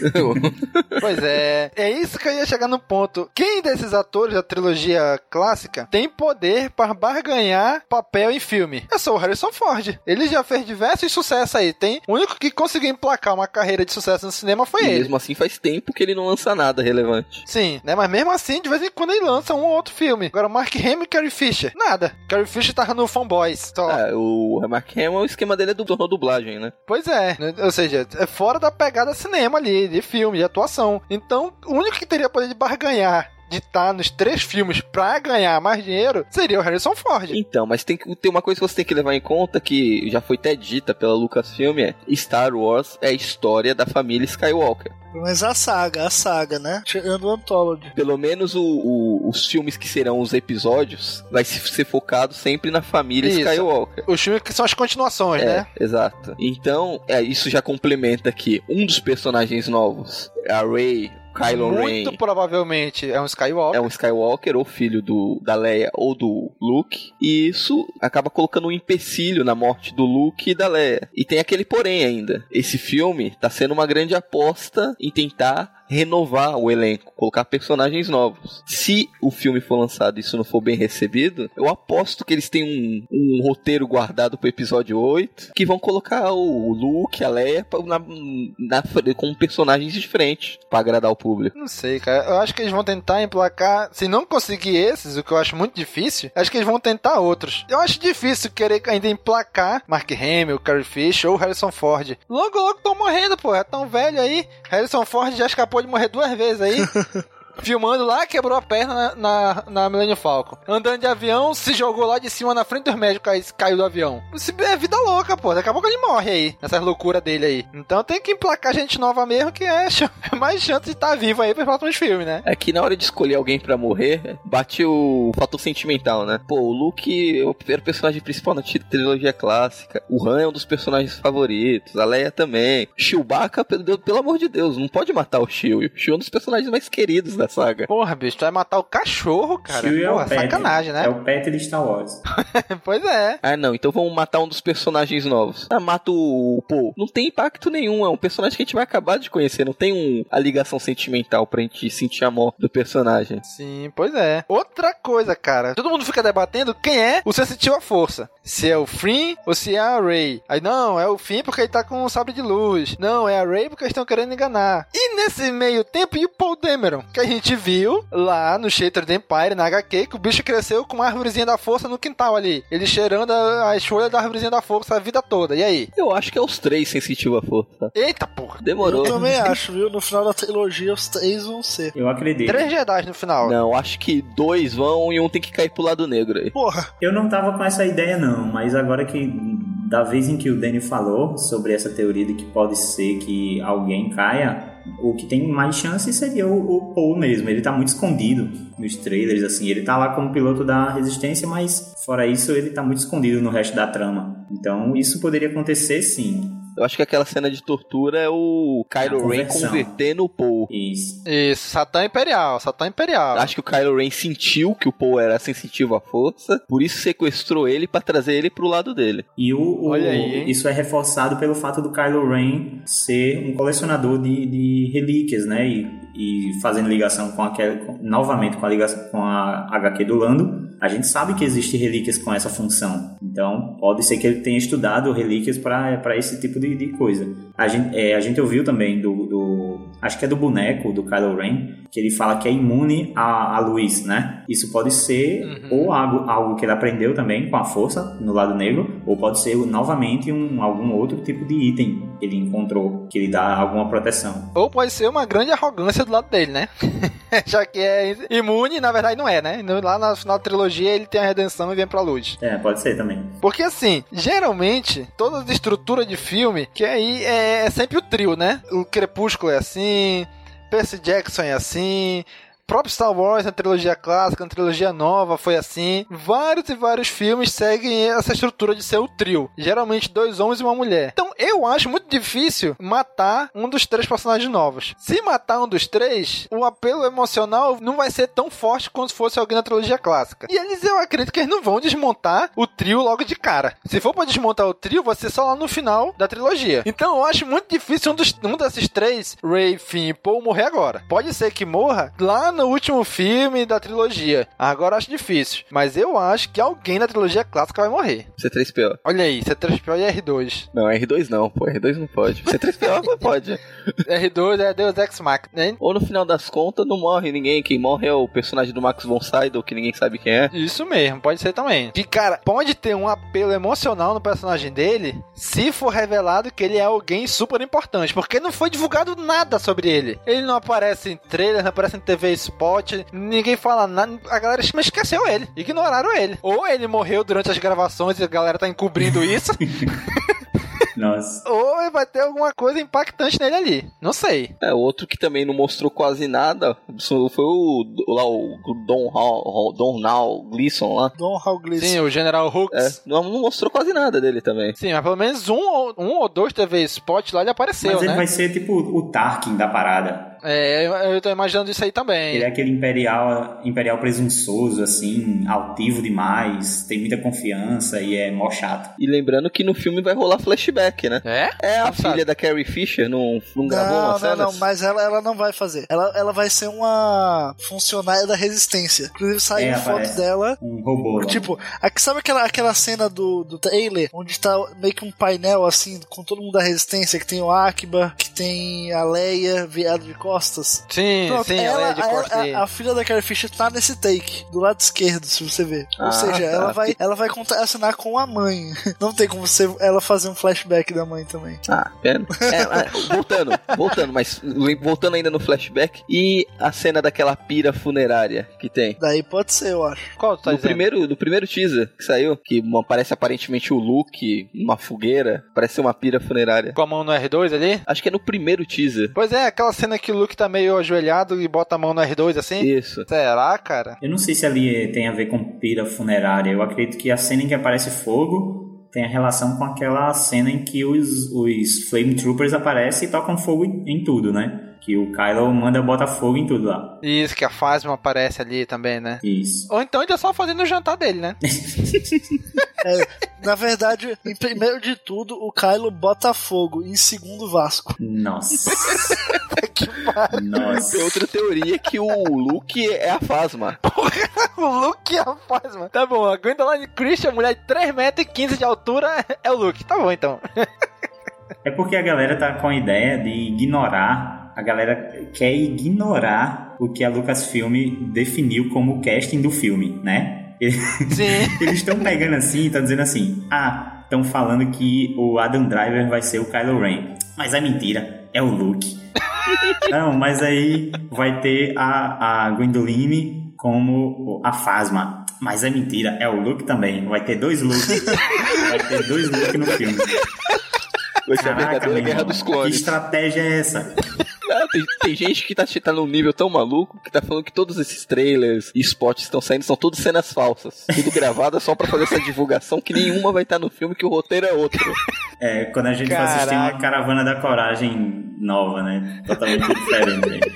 Pois é. É isso que eu ia chegar no ponto. Quem desses atores da trilogia clássica tem poder para barganhar papel em filme? É só o Harrison Ford. Ele já fez diversos sucessos aí. Tem... O único que conseguiu emplacar uma carreira de sucesso no cinema foi e ele. Mesmo assim faz tempo que ele não lança nada relevante. Sim, né? Mas mesmo assim, de vez em quando ele lança um ou outro filme. Agora, Mark Hamill e Carrie Fisher. Nada. Carrie Fisher tava no Fanboys. Só. Ah, o Mark Hamill, o esquema dele é do tornou dublagem, né? Pois é. Ou seja, é fora da pegada cinema ali, de filme, de atuação. Então, o único que teria poder de barganhar de estar nos três filmes pra ganhar mais dinheiro seria o Harrison Ford. Então, mas tem, tem uma coisa que você tem que levar em conta que já foi até dita pela Lucasfilm, é Star Wars é a história da família Skywalker. Mas a saga, a saga, né? Tirando o Anthology. Pelo menos o, o, os filmes que serão os episódios vai ser focado sempre na família isso. Skywalker. Os filmes que são as continuações, é, né? Exato. Então, é, isso já complementa que um dos personagens novos, a Rey, Kylo Muito Ren, Muito provavelmente é um Skywalker. É um Skywalker, ou filho do, da Leia ou do Luke. E isso acaba colocando um empecilho na morte do Luke e da Leia. E tem aquele porém ainda. Esse filme tá sendo uma grande aposta em tentar renovar o elenco, colocar personagens novos. Se o filme for lançado e isso não for bem recebido, eu aposto que eles têm um, um roteiro guardado pro episódio oito, que vão colocar o Luke, a Leia na, na, com personagens diferentes pra agradar o público. Não sei, cara. Eu acho que eles vão tentar emplacar, se não conseguir esses, o que eu acho muito difícil, acho que eles vão tentar outros. Eu acho difícil querer ainda emplacar Mark Hamill, Carrie Fisher ou Harrison Ford. Logo, logo estão morrendo, pô. É tão velho aí. Harrison Ford já escapou de morrer duas vezes aí. Filmando lá, quebrou a perna na, na, na Millennium Falcon. Andando de avião, se jogou lá de cima na frente dos médicos, caiu, caiu do avião. Isso é vida louca, pô. Daqui a pouco ele morre aí, nessas loucuras dele aí. Então tem que emplacar gente nova mesmo, que é mais chance de estar vivo aí pros próximos filmes, né? É que na hora de escolher alguém pra morrer, bate o fator sentimental, né? Pô, o Luke era o personagem principal na trilogia clássica. O Han é um dos personagens favoritos. A Leia também. Chewbacca, pelo, pelo amor de Deus, não pode matar o Chewie. O Chewie é um dos personagens mais queridos da saga. Porra, bicho, tu vai matar o cachorro, cara. Chewie Porra, é o pet, sacanagem, né? É o pet de Star Wars. Pois é. Ah, não, então vamos matar um dos personagens novos. Ah, mata o Paul. Não tem impacto nenhum, é um personagem que a gente vai acabar de conhecer, não tem um, a ligação sentimental pra gente sentir amor do personagem. Sim, pois é. Outra coisa, cara, todo mundo fica debatendo quem é o sensitivo à força. Se é o Finn ou se é a Rey. Aí, não, é o Finn porque ele tá com um sabre de luz. Não, é a Rey porque eles estão querendo enganar. E nesse meio tempo, e o Paul Dameron? Que a gente gente viu lá no Shattered Empire, na H Q, que o bicho cresceu com uma árvorezinha da força no quintal ali. Ele cheirando as folhas da árvorezinha da força a vida toda. E aí? Eu acho que é os três sensitivos à força. Eita porra. Demorou. Eu também acho, viu? No final da trilogia, os três vão ser. Eu acredito. Três Jedi no final. Não, acho que dois vão e um tem que cair pro lado negro aí. Porra. Eu não tava com essa ideia não, mas agora que da vez em que o Danny falou sobre essa teoria de que pode ser que alguém caia, o que tem mais chance seria o, o Paul mesmo. Ele tá muito escondido nos trailers, assim. Ele tá lá como piloto da Resistência, mas fora isso ele tá muito escondido no resto da trama. Então isso poderia acontecer sim. Eu acho que aquela cena de tortura é o Kylo Ren convertendo o Paul. Isso. Isso, Satã Imperial, Satã Imperial. Acho que o Kylo Ren sentiu que o Paul era sensitivo à força, por isso sequestrou ele pra trazer ele pro lado dele. E o, o Olha aí, isso é reforçado pelo fato do Kylo Ren ser um colecionador de, de relíquias, né? E, e fazendo ligação com aquela, com, novamente com a ligação com a H Q do Lando. A gente sabe que existem relíquias com essa função. Então, pode ser que ele tenha estudado relíquias para esse tipo de, de coisa. A gente, é, a gente ouviu também do, do... Acho que é do boneco do Kylo Ren, que ele fala que é imune à, à luz, né? Isso pode ser uhum. ou algo, algo que ele aprendeu também com a força no lado negro, ou pode ser novamente um, algum outro tipo de item que ele encontrou, que lhe dá alguma proteção. Ou pode ser uma grande arrogância do lado dele, né? Já que é imune, na verdade não é, né? Lá no final da trilogia ele tem a redenção e vem pra luz. É, pode ser também. Porque assim, geralmente, toda a estrutura de filme, que aí é, é sempre o trio, né? O Crepúsculo é assim, Percy Jackson é assim... O próprio Star Wars na trilogia clássica, na trilogia nova foi assim. Vários e vários filmes seguem essa estrutura de ser o trio. Geralmente dois homens e uma mulher. Então eu acho muito difícil matar um dos três personagens novos. Se matar um dos três, o apelo emocional não vai ser tão forte quanto se fosse alguém na trilogia clássica. E eles, eu acredito que eles não vão desmontar o trio logo de cara. Se for pra desmontar o trio, vai ser só lá no final da trilogia. Então eu acho muito difícil um, dos, um desses três, Rey, Finn e Paul, morrer agora. Pode ser que morra lá no último filme da trilogia. Agora acho difícil. Mas eu acho que alguém na trilogia clássica vai morrer. C três P O. Olha aí, C três P O e R dois. Não, R dois não, pô. R dois não pode. C três P O pode. R dois é Deus Ex Machina, né? Ou no final das contas não morre ninguém. Quem morre é o personagem do Max von Sydow, que ninguém sabe quem é. Isso mesmo, pode ser também. Que, cara, pode ter um apelo emocional no personagem dele se for revelado que ele é alguém super importante. Porque não foi divulgado nada sobre ele. Ele não aparece em trailer, não aparece em T V Spot, ninguém fala nada, a galera esqueceu ele, ignoraram ele. Ou ele morreu durante as gravações e a galera tá encobrindo isso. Nossa. Ou vai ter alguma coisa impactante nele ali. Não sei. É, outro que também não mostrou quase nada foi o lá o Don Hall, Don Hall Gleason lá. Don Hall Gleason. Sim, o General Hux. É, não, não mostrou quase nada dele também. Sim, mas pelo menos um, um ou dois T V Spot lá ele apareceu, mas né? Mas ele vai ser tipo o Tarkin da parada. É, eu, eu tô imaginando isso aí também. Ele é aquele imperial, imperial presunçoso, assim, altivo demais, tem muita confiança e é mó chato. E lembrando que no filme vai rolar flashback, né? É? É, a não filha sabe. da Carrie Fisher não, não gravou não, uma não, cena? Não, mas ela, ela não vai fazer. Ela, ela vai ser uma funcionária da Resistência. Inclusive saiu é, foto dela. Um robô. Tipo, aqui, sabe aquela, aquela cena do, do trailer, onde tá meio que um painel, assim, com todo mundo da Resistência, que tem o Akiba, que tem a Leia virada de costas? Sim. Sim, Pronto, sim, ela, ela é de a, a, a filha da Carrie Fisher tá nesse take, do lado esquerdo, se você ver. Ah, Ou seja, tá. ela vai, ela vai contracenar com a mãe. Não tem como você, ela fazer um flashback da mãe também. Ah, pena. É, é, voltando, voltando, mas voltando ainda no flashback, e a cena daquela pira funerária que tem? Daí pode ser, eu acho. Qual tu tá no dizendo? primeiro, no primeiro teaser que saiu, que aparece aparentemente o Luke, uma fogueira, parece uma pira funerária. Com a mão no R dois ali? Acho que é no primeiro teaser. Pois é, aquela cena que o Luke tá meio ajoelhado e bota a mão no R dois assim? Isso. Será, cara? Eu não sei se ali tem a ver com pira funerária. Eu acredito que a cena em que aparece fogo tem a relação com aquela cena em que os, os Flame Troopers aparecem e tocam fogo em tudo, né? Que o Kylo manda botar fogo em tudo lá. Isso, que a Phasma aparece ali também, né? Isso. Ou então ele é só fazendo o jantar dele, né? É, na verdade, em primeiro de tudo, o Kylo bota fogo. Em segundo, Vasco. Nossa. Que pariu. Nossa. Tem outra teoria que o Luke é a Phasma. O Luke é a Phasma. Tá bom, a Gwendoline Christian, mulher de três metros e quinze de altura, é o Luke. Tá bom, então. É porque a galera tá com a ideia de ignorar a galera quer ignorar o que a Lucasfilm definiu como o casting do filme, né? Sim. Eles estão pegando assim e estão dizendo assim, ah, estão falando que o Adam Driver vai ser o Kylo Ren. Mas é mentira, é o Luke. Não, mas aí vai ter a, a Gwendoline como a Phasma. Mas é mentira, é o Luke também. Vai ter dois Luke. Vai ter dois Luke no filme. Vai ser a verdadeira guerra dos clones. Que estratégia é essa? Ah, tem, tem gente que tá, tá num nível tão maluco que tá falando que todos esses trailers e spots que estão saindo são todos cenas falsas. Tudo gravado só pra fazer essa divulgação que nenhuma vai estar no filme, que o roteiro é outro. É, quando a gente Caraca. for assistir uma Caravana da Coragem nova, né? Totalmente diferente.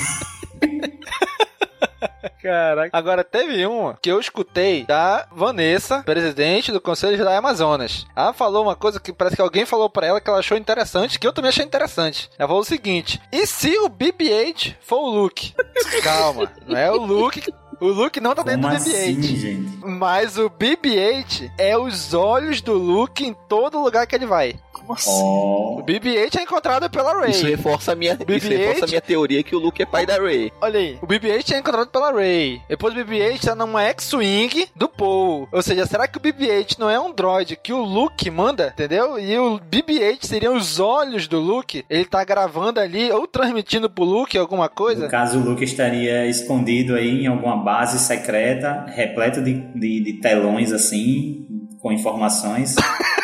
Caraca. Agora, teve uma que eu escutei da Vanessa, presidente do Conselho Jedi Amazonas. Ela falou uma coisa que parece que alguém falou pra ela que ela achou interessante, que eu também achei interessante. Ela falou o seguinte: e se o B B oito for o Luke? Calma, não é o Luke... O Luke não tá dentro Como do B B oito. assim, gente? Mas o B B oito é os olhos do Luke em todo lugar que ele vai. Como assim? Oh. O B B oito é encontrado pela Rey. Isso reforça a minha, isso reforça a minha teoria que o Luke é pai da Rey. Olha aí, o B B oito é encontrado pela Rey. Depois o B B oito tá numa X-Wing do Poe. Ou seja, será que o B B oito não é um droid que o Luke manda? Entendeu? E o B B oito seriam os olhos do Luke. Ele tá gravando ali ou transmitindo pro Luke alguma coisa. No caso, o Luke estaria escondido aí em alguma base secreta, repleto de, de, de telões assim, com informações.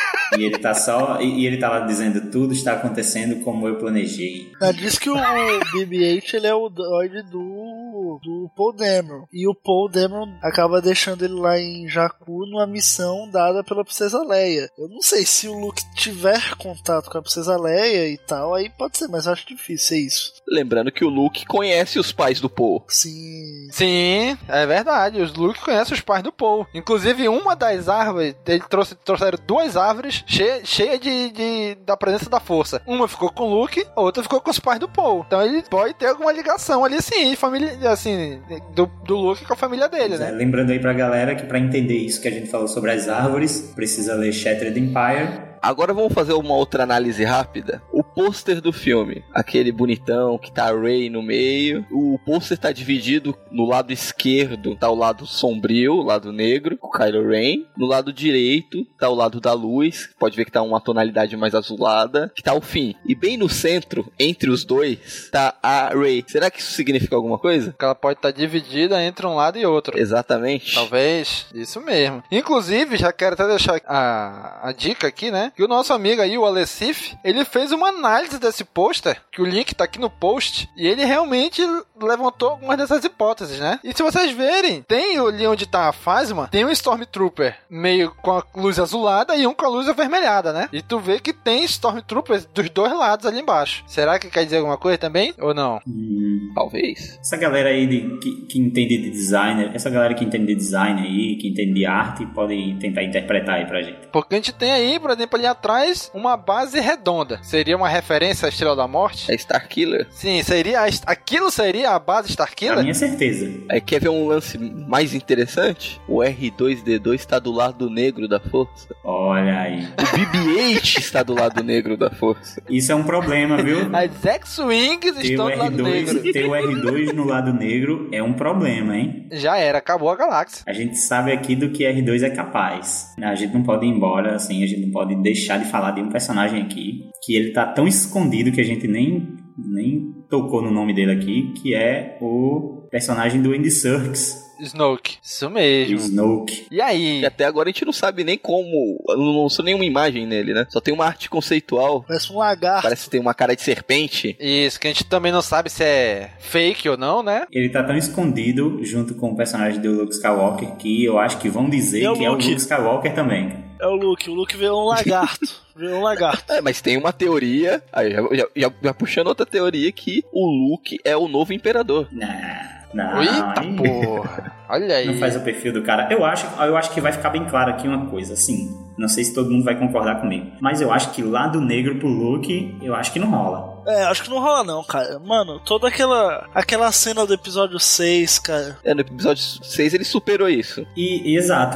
E ele tá só. E ele tá lá dizendo: tudo está acontecendo como eu planejei. Ela diz que o B B oito ele é o droid do, do Paul Dameron. E o Paul Dameron acaba deixando ele lá em Jakku numa missão dada pela Princesa Leia. Eu não sei se o Luke tiver contato com a Princesa Leia e tal, aí pode ser, mas eu acho difícil é isso. Lembrando que o Luke conhece os pais do Poe. Sim. Sim, é verdade. O Luke conhece os pais do Poe. Inclusive, uma das árvores, ele trouxe, trouxeram duas árvores cheia, cheia de, de, da presença da força. Uma ficou com o Luke, a outra ficou com os pais do Poe. Então ele pode ter alguma ligação ali, sim, família, assim, do, do Luke com a família dele, Mas, né? é, lembrando aí pra galera que pra entender isso que a gente falou sobre as árvores, precisa ler Shattered Empire. Agora vamos fazer uma outra análise rápida. O pôster do filme, aquele bonitão que tá a Rey no meio. O pôster tá dividido no lado esquerdo, tá o lado sombrio, o lado negro, com o Kylo Ren. No lado direito tá o lado da luz, pode ver que tá uma tonalidade mais azulada, que tá o fim. E bem no centro, entre os dois, tá a Rey. Será que isso significa alguma coisa? Que ela pode estar dividida entre um lado e outro. Exatamente. Talvez, isso mesmo. Inclusive, já quero até deixar a, a dica aqui, né? Que o nosso amigo aí, o Alessif, ele fez uma análise desse pôster, que o link tá aqui no post, e ele realmente levantou algumas dessas hipóteses, né? E se vocês verem, tem ali onde tá a Phasma, tem um Stormtrooper meio com a luz azulada e um com a luz avermelhada, né? E tu vê que tem Stormtroopers dos dois lados ali embaixo. Será que quer dizer alguma coisa também? Ou não? Hum, Talvez. Essa galera aí de, que, que entende de designer, essa galera que entende de design aí, que entende de arte, pode tentar interpretar aí pra gente. Porque a gente tem aí, por exemplo, ali atrás, uma base redonda. Seria uma referência à Estrela da Morte? É Starkiller? Sim, seria a, aquilo seria a base Starkiller? A minha certeza. Aí quer ver um lance mais interessante? O R dois D dois está do lado negro da força. Olha aí. O B B oito está do lado negro da força. Isso é um problema, viu? As X-Wings estão do lado negro. Ter o R dois no lado negro é um problema, hein? Já era, acabou a galáxia. A gente sabe aqui do que R dois é capaz. A gente não pode ir embora, assim, a gente não pode deixar de falar de um personagem aqui, que ele tá tão escondido que a gente nem, nem tocou no nome dele aqui, que é o personagem do Andy Serkis. Snoke, isso mesmo. Snoke. E aí? E até agora a gente não sabe nem como, não lançou nenhuma imagem nele, né? Só tem uma arte conceitual. Parece um lagarto. Parece que tem uma cara de serpente. Isso, que a gente também não sabe se é fake ou não, né? Ele tá tão escondido junto com o personagem do Luke Skywalker que eu acho que vão dizer é que é o Luke Skywalker também. É o Luke, o Luke vê um lagarto. Vê um lagarto. É, mas tem uma teoria, aí já, já, já, já puxando outra teoria, que o Luke é o novo imperador. Não. Não, Eita aí... porra, olha aí. Não faz o perfil do cara. Eu acho, eu acho que vai ficar bem claro aqui uma coisa, assim. Não sei se todo mundo vai concordar comigo, mas eu acho que lado negro pro Luke, eu acho que não rola. É, acho que não rola não, cara. Mano, toda aquela aquela cena do episódio seis, cara. É, no episódio seis ele superou isso. E, e exato.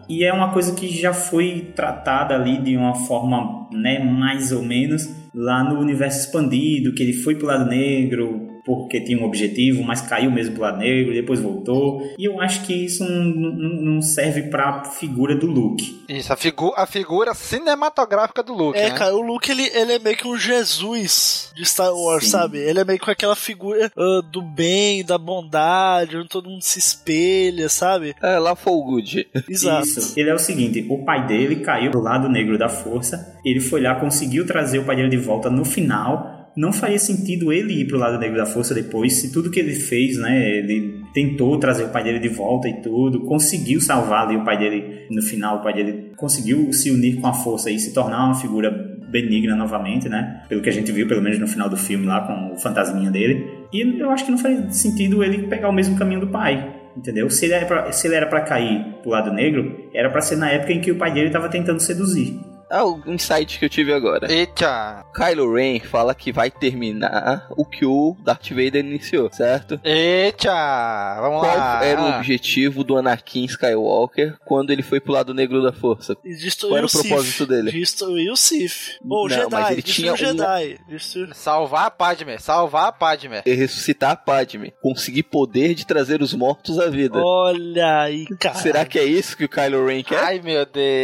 E é uma coisa que já foi tratada ali de uma forma, né, mais ou menos, lá no universo expandido, que ele foi pro lado negro porque tinha um objetivo, mas caiu mesmo pro lado negro, depois voltou. E eu acho que isso não, não, não serve pra figura do Luke. Isso, a, figu a figura cinematográfica do Luke, É, né? cara, o Luke, ele, ele é meio que um Jesus de Star Wars, Sim. sabe? Ele é meio que aquela figura uh, do bem, da bondade, onde todo mundo se espelha, sabe? É, lá foi o good. Exato. Isso. Ele é o seguinte, o pai dele caiu pro lado negro da força, ele foi lá, conseguiu trazer o pai dele de volta no final. Não faria sentido ele ir pro lado negro da força depois, se tudo que ele fez, né, ele tentou trazer o pai dele de volta e tudo, conseguiu salvar ali o pai dele no final, o pai dele conseguiu se unir com a força e se tornar uma figura benigna novamente, né, pelo que a gente viu, pelo menos no final do filme lá, com o fantasminha dele, e eu acho que não faria sentido ele pegar o mesmo caminho do pai. Entendeu? Se ele era pra, se ele era pra cair pro lado negro, era pra ser na época em que o pai dele tava tentando seduzir. Ah, o insight que eu tive agora. Eita! Kylo Ren fala que vai terminar o que o Darth Vader iniciou, certo? Eita! Vamos Qual lá! Qual era o objetivo do Anakin Skywalker quando ele foi pro lado negro da força? Qual era o propósito Sith. dele? Destruir o Sith. Ou o Não, Jedi, mas ele destruir tinha o Jedi. Destruir... Salvar a Padme, salvar a Padme. E ressuscitar a Padme. Conseguir poder de trazer os mortos à vida. Olha aí, cara. Será que é isso que o Kylo Ren quer? Ai, meu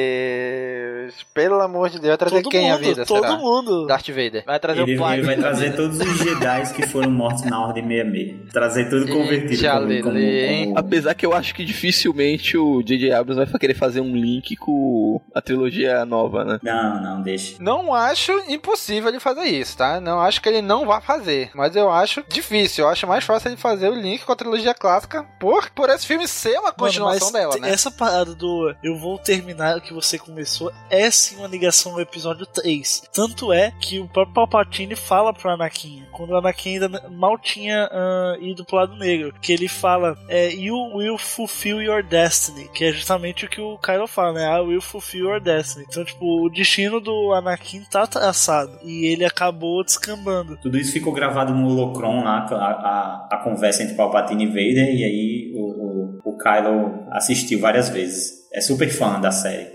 Deus. Pelo amor de Deus. Vai trazer todo quem mundo, à vida, todo será? mundo. Darth Vader. Vai trazer ele, o pai. Ele vai trazer todos os Jedi que foram mortos na Ordem sessenta e seis. Trazer tudo convertido como, como, como... Apesar que eu acho que dificilmente o J J Abrams vai querer fazer um link com a trilogia nova, né? Não, não, deixa. Não acho impossível ele fazer isso, tá? Não acho que ele não vá fazer. Mas eu acho difícil. Eu acho mais fácil ele fazer o link com a trilogia clássica por, por esse filme ser uma continuação Mano, dela, né? Essa parada do eu vou terminar o que você começou é sim uma ligação no episódio três. Tanto é que o próprio Palpatine fala pro Anakin, quando o Anakin ainda mal tinha uh, ido pro lado negro, que ele fala é, You will fulfill your destiny, que é justamente o que o Kylo fala, né? I will fulfill your destiny. Então, tipo, o destino do Anakin tá traçado e ele acabou descambando. Tudo isso ficou gravado no Holocron lá, a, a, a conversa entre Palpatine e Vader, e aí o, o, o Kylo assistiu várias vezes. É super fã da série.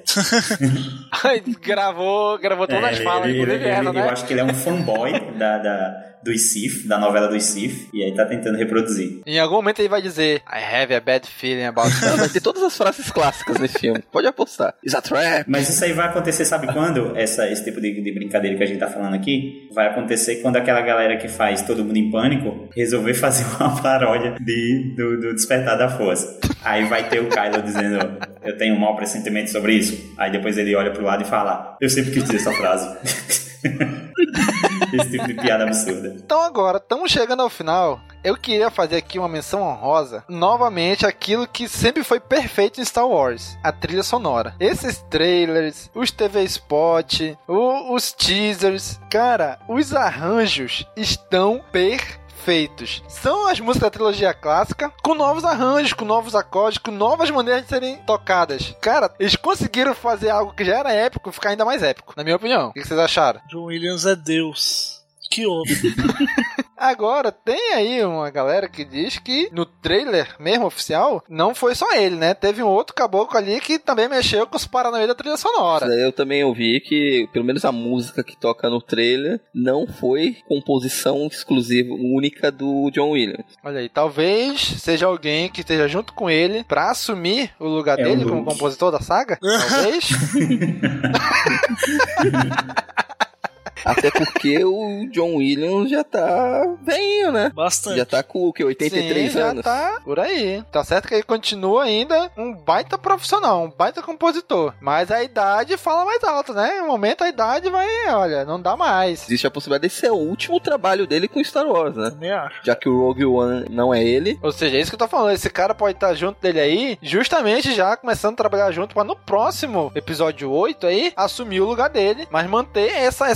gravou, gravou todas é, as falas, ele, inclusive ele, essa, né? Eu acho que ele é um fanboy da, da, dos Sith, da novela dos Sith, e aí tá tentando reproduzir. Em algum momento ele vai dizer I have a bad feeling about Não, vai ter todas as frases clássicas nesse filme. Pode apostar. Is a trap. Mas isso aí vai acontecer, sabe quando? Essa, esse tipo de, de brincadeira que a gente tá falando aqui vai acontecer quando aquela galera que faz Todo Mundo em Pânico resolver fazer uma paródia de, do, do Despertar da Força. Aí vai ter o Kylo dizendo eu tenho um mau pressentimento sobre isso. Aí depois ele olha pro lado e fala eu sempre quis dizer essa frase. Esse tipo de piada absurda. Então agora, estamos chegando ao final. Eu queria fazer aqui uma menção honrosa, novamente, aquilo que sempre foi perfeito em Star Wars, a trilha sonora. Esses trailers, os T V Spot, o, os teasers, cara, os arranjos estão perfeitos. Feitos. São as músicas da trilogia clássica com novos arranjos, com novos acordes, com novas maneiras de serem tocadas. Cara, eles conseguiram fazer algo que já era épico ficar ainda mais épico, na minha opinião. O que vocês acharam? John Williams é Deus. Que outro. Agora, tem aí uma galera que diz que no trailer mesmo oficial, não foi só ele, né? Teve um outro caboclo ali que também mexeu com os paranauê da trilha sonora. Eu também ouvi que, pelo menos a música que toca no trailer, não foi composição exclusiva, única do John Williams. Olha aí, talvez seja alguém que esteja junto com ele pra assumir o lugar é dele como compositor da saga. Talvez. Até porque o John Williams já tá velhinho, né? Bastante. Já tá com o que? oitenta e três Sim, anos? Já tá por aí. Tá certo que ele continua ainda um baita profissional, um baita compositor. Mas a idade fala mais alto, né? No momento a idade vai, olha, não dá mais. Existe a possibilidade desse ser o último trabalho dele com Star Wars, né? Também acho. Já que o Rogue One não é ele. Ou seja, é isso que eu tô falando. Esse cara pode estar junto dele aí, justamente já começando a trabalhar junto pra no próximo episódio oito aí, assumir o lugar dele, mas manter essa, essa linha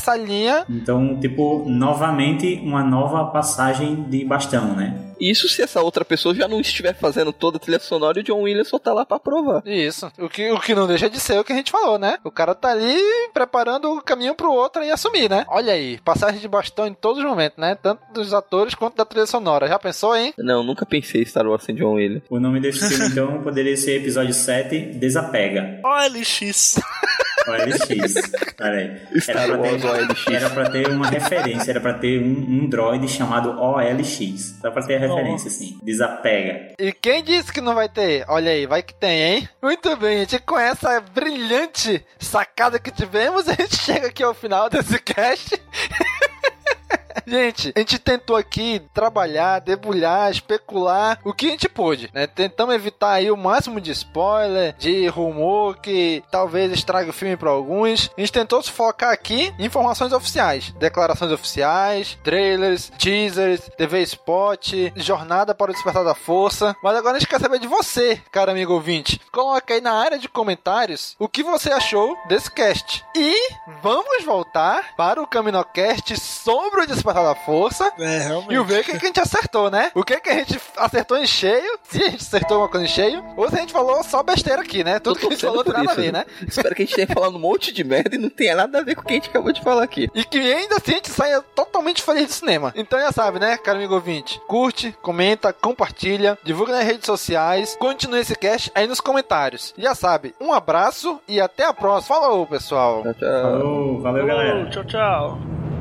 tinha. Então, tipo, novamente uma nova passagem de bastão, né? Isso se essa outra pessoa já não estiver fazendo toda a trilha sonora e o John Williams só tá lá pra provar. Isso. O que, o que não deixa de ser o que a gente falou, né? O cara tá ali preparando o caminho pro outro e assumir, né? Olha aí, passagem de bastão em todos os momentos, né? Tanto dos atores quanto da trilha sonora. Já pensou, hein? Não, nunca pensei em Star Wars sem John Williams. O nome desse filme, então, poderia ser episódio sete, Desapega. O L X. O L X. Olha aí. Era pra, ter, O L X. era pra ter uma referência, era pra ter um, um droid chamado O L X. Só pra ter a referência, assim. Desapega. E quem disse que não vai ter? Olha aí, vai que tem, hein? Muito bem, gente. Com essa brilhante sacada que tivemos, a gente chega aqui ao final desse cast. Gente, a gente tentou aqui trabalhar, debulhar, especular o que a gente pôde, né? Tentamos evitar aí o máximo de spoiler, de rumor que talvez estrague o filme para alguns. A gente tentou se focar aqui em informações oficiais, declarações oficiais, trailers, teasers, T V Spot, jornada para o Despertar da Força. Mas agora a gente quer saber de você, cara amigo ouvinte. Coloca aí na área de comentários o que você achou desse cast. E vamos voltar para o CaminoCast sobre o Despertar da Força é, realmente. E ver o que, que a gente acertou, né? O que, que a gente acertou em cheio, se a gente acertou uma coisa em cheio, ou se a gente falou só besteira aqui, né? Tudo que a gente falou tem nada a ver, né? Espero que a gente tenha falado um monte de merda e não tenha nada a ver com o que a gente acabou de falar aqui. E que ainda assim a gente saia totalmente feliz do cinema. Então já sabe, né, caro amigo ouvinte? Curte, comenta, compartilha, divulga nas redes sociais, continue esse cast aí nos comentários. Já sabe, um abraço e até a próxima. Falou, pessoal. Tchau, tchau. Falou, valeu, galera. Tchau, tchau.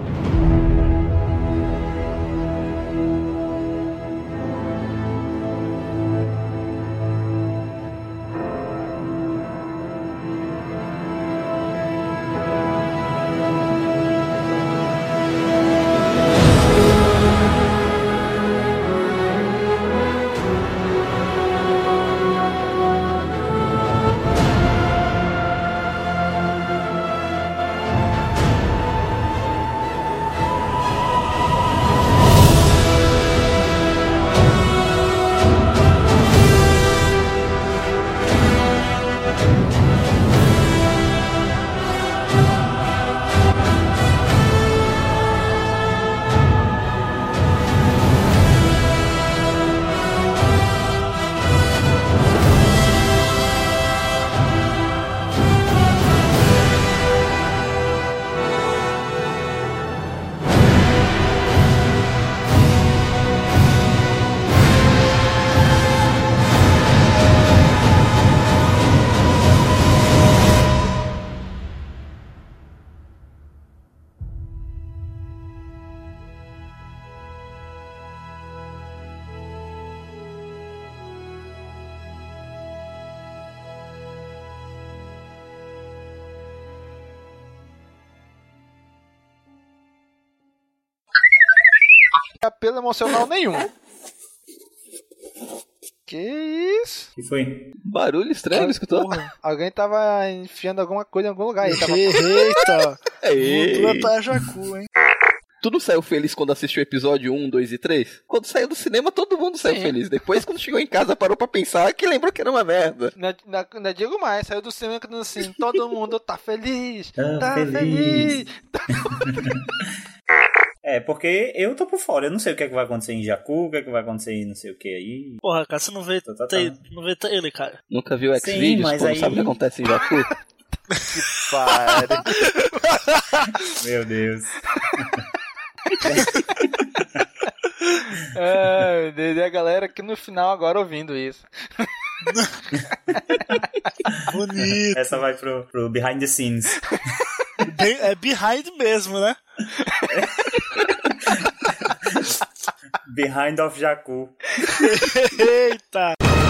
Apelo emocional nenhum. Que isso? Que foi? Barulho estranho, ah, escutou? Porra, alguém tava enfiando alguma coisa em algum lugar aí. Tava... Eita! Ei. Voltou pra Jacu, hein? Tu não saiu feliz quando assistiu o episódio um, dois e três? Quando saiu do cinema, todo mundo saiu Sim. feliz. Depois, quando chegou em casa, parou pra pensar que lembrou que era uma merda. Não, não, não digo mais, saiu do cinema cantando assim, todo mundo tá feliz, tá, tá feliz. feliz. É, porque eu tô por fora, eu não sei o que é que vai acontecer em Jakku, o que é que vai acontecer em não sei o que aí. Porra, cara, você não vê, tá, tá, tá. não vê ele, cara. Nunca viu X-Videos, pô, aí... não sabe o que acontece em Jakku? Que pare. Meu Deus. Ai, meu Deus, e a galera aqui no final agora ouvindo isso. Bonito. Essa vai pro, pro behind the scenes. Bem, é behind mesmo, né? Behind of Jakku. Eita!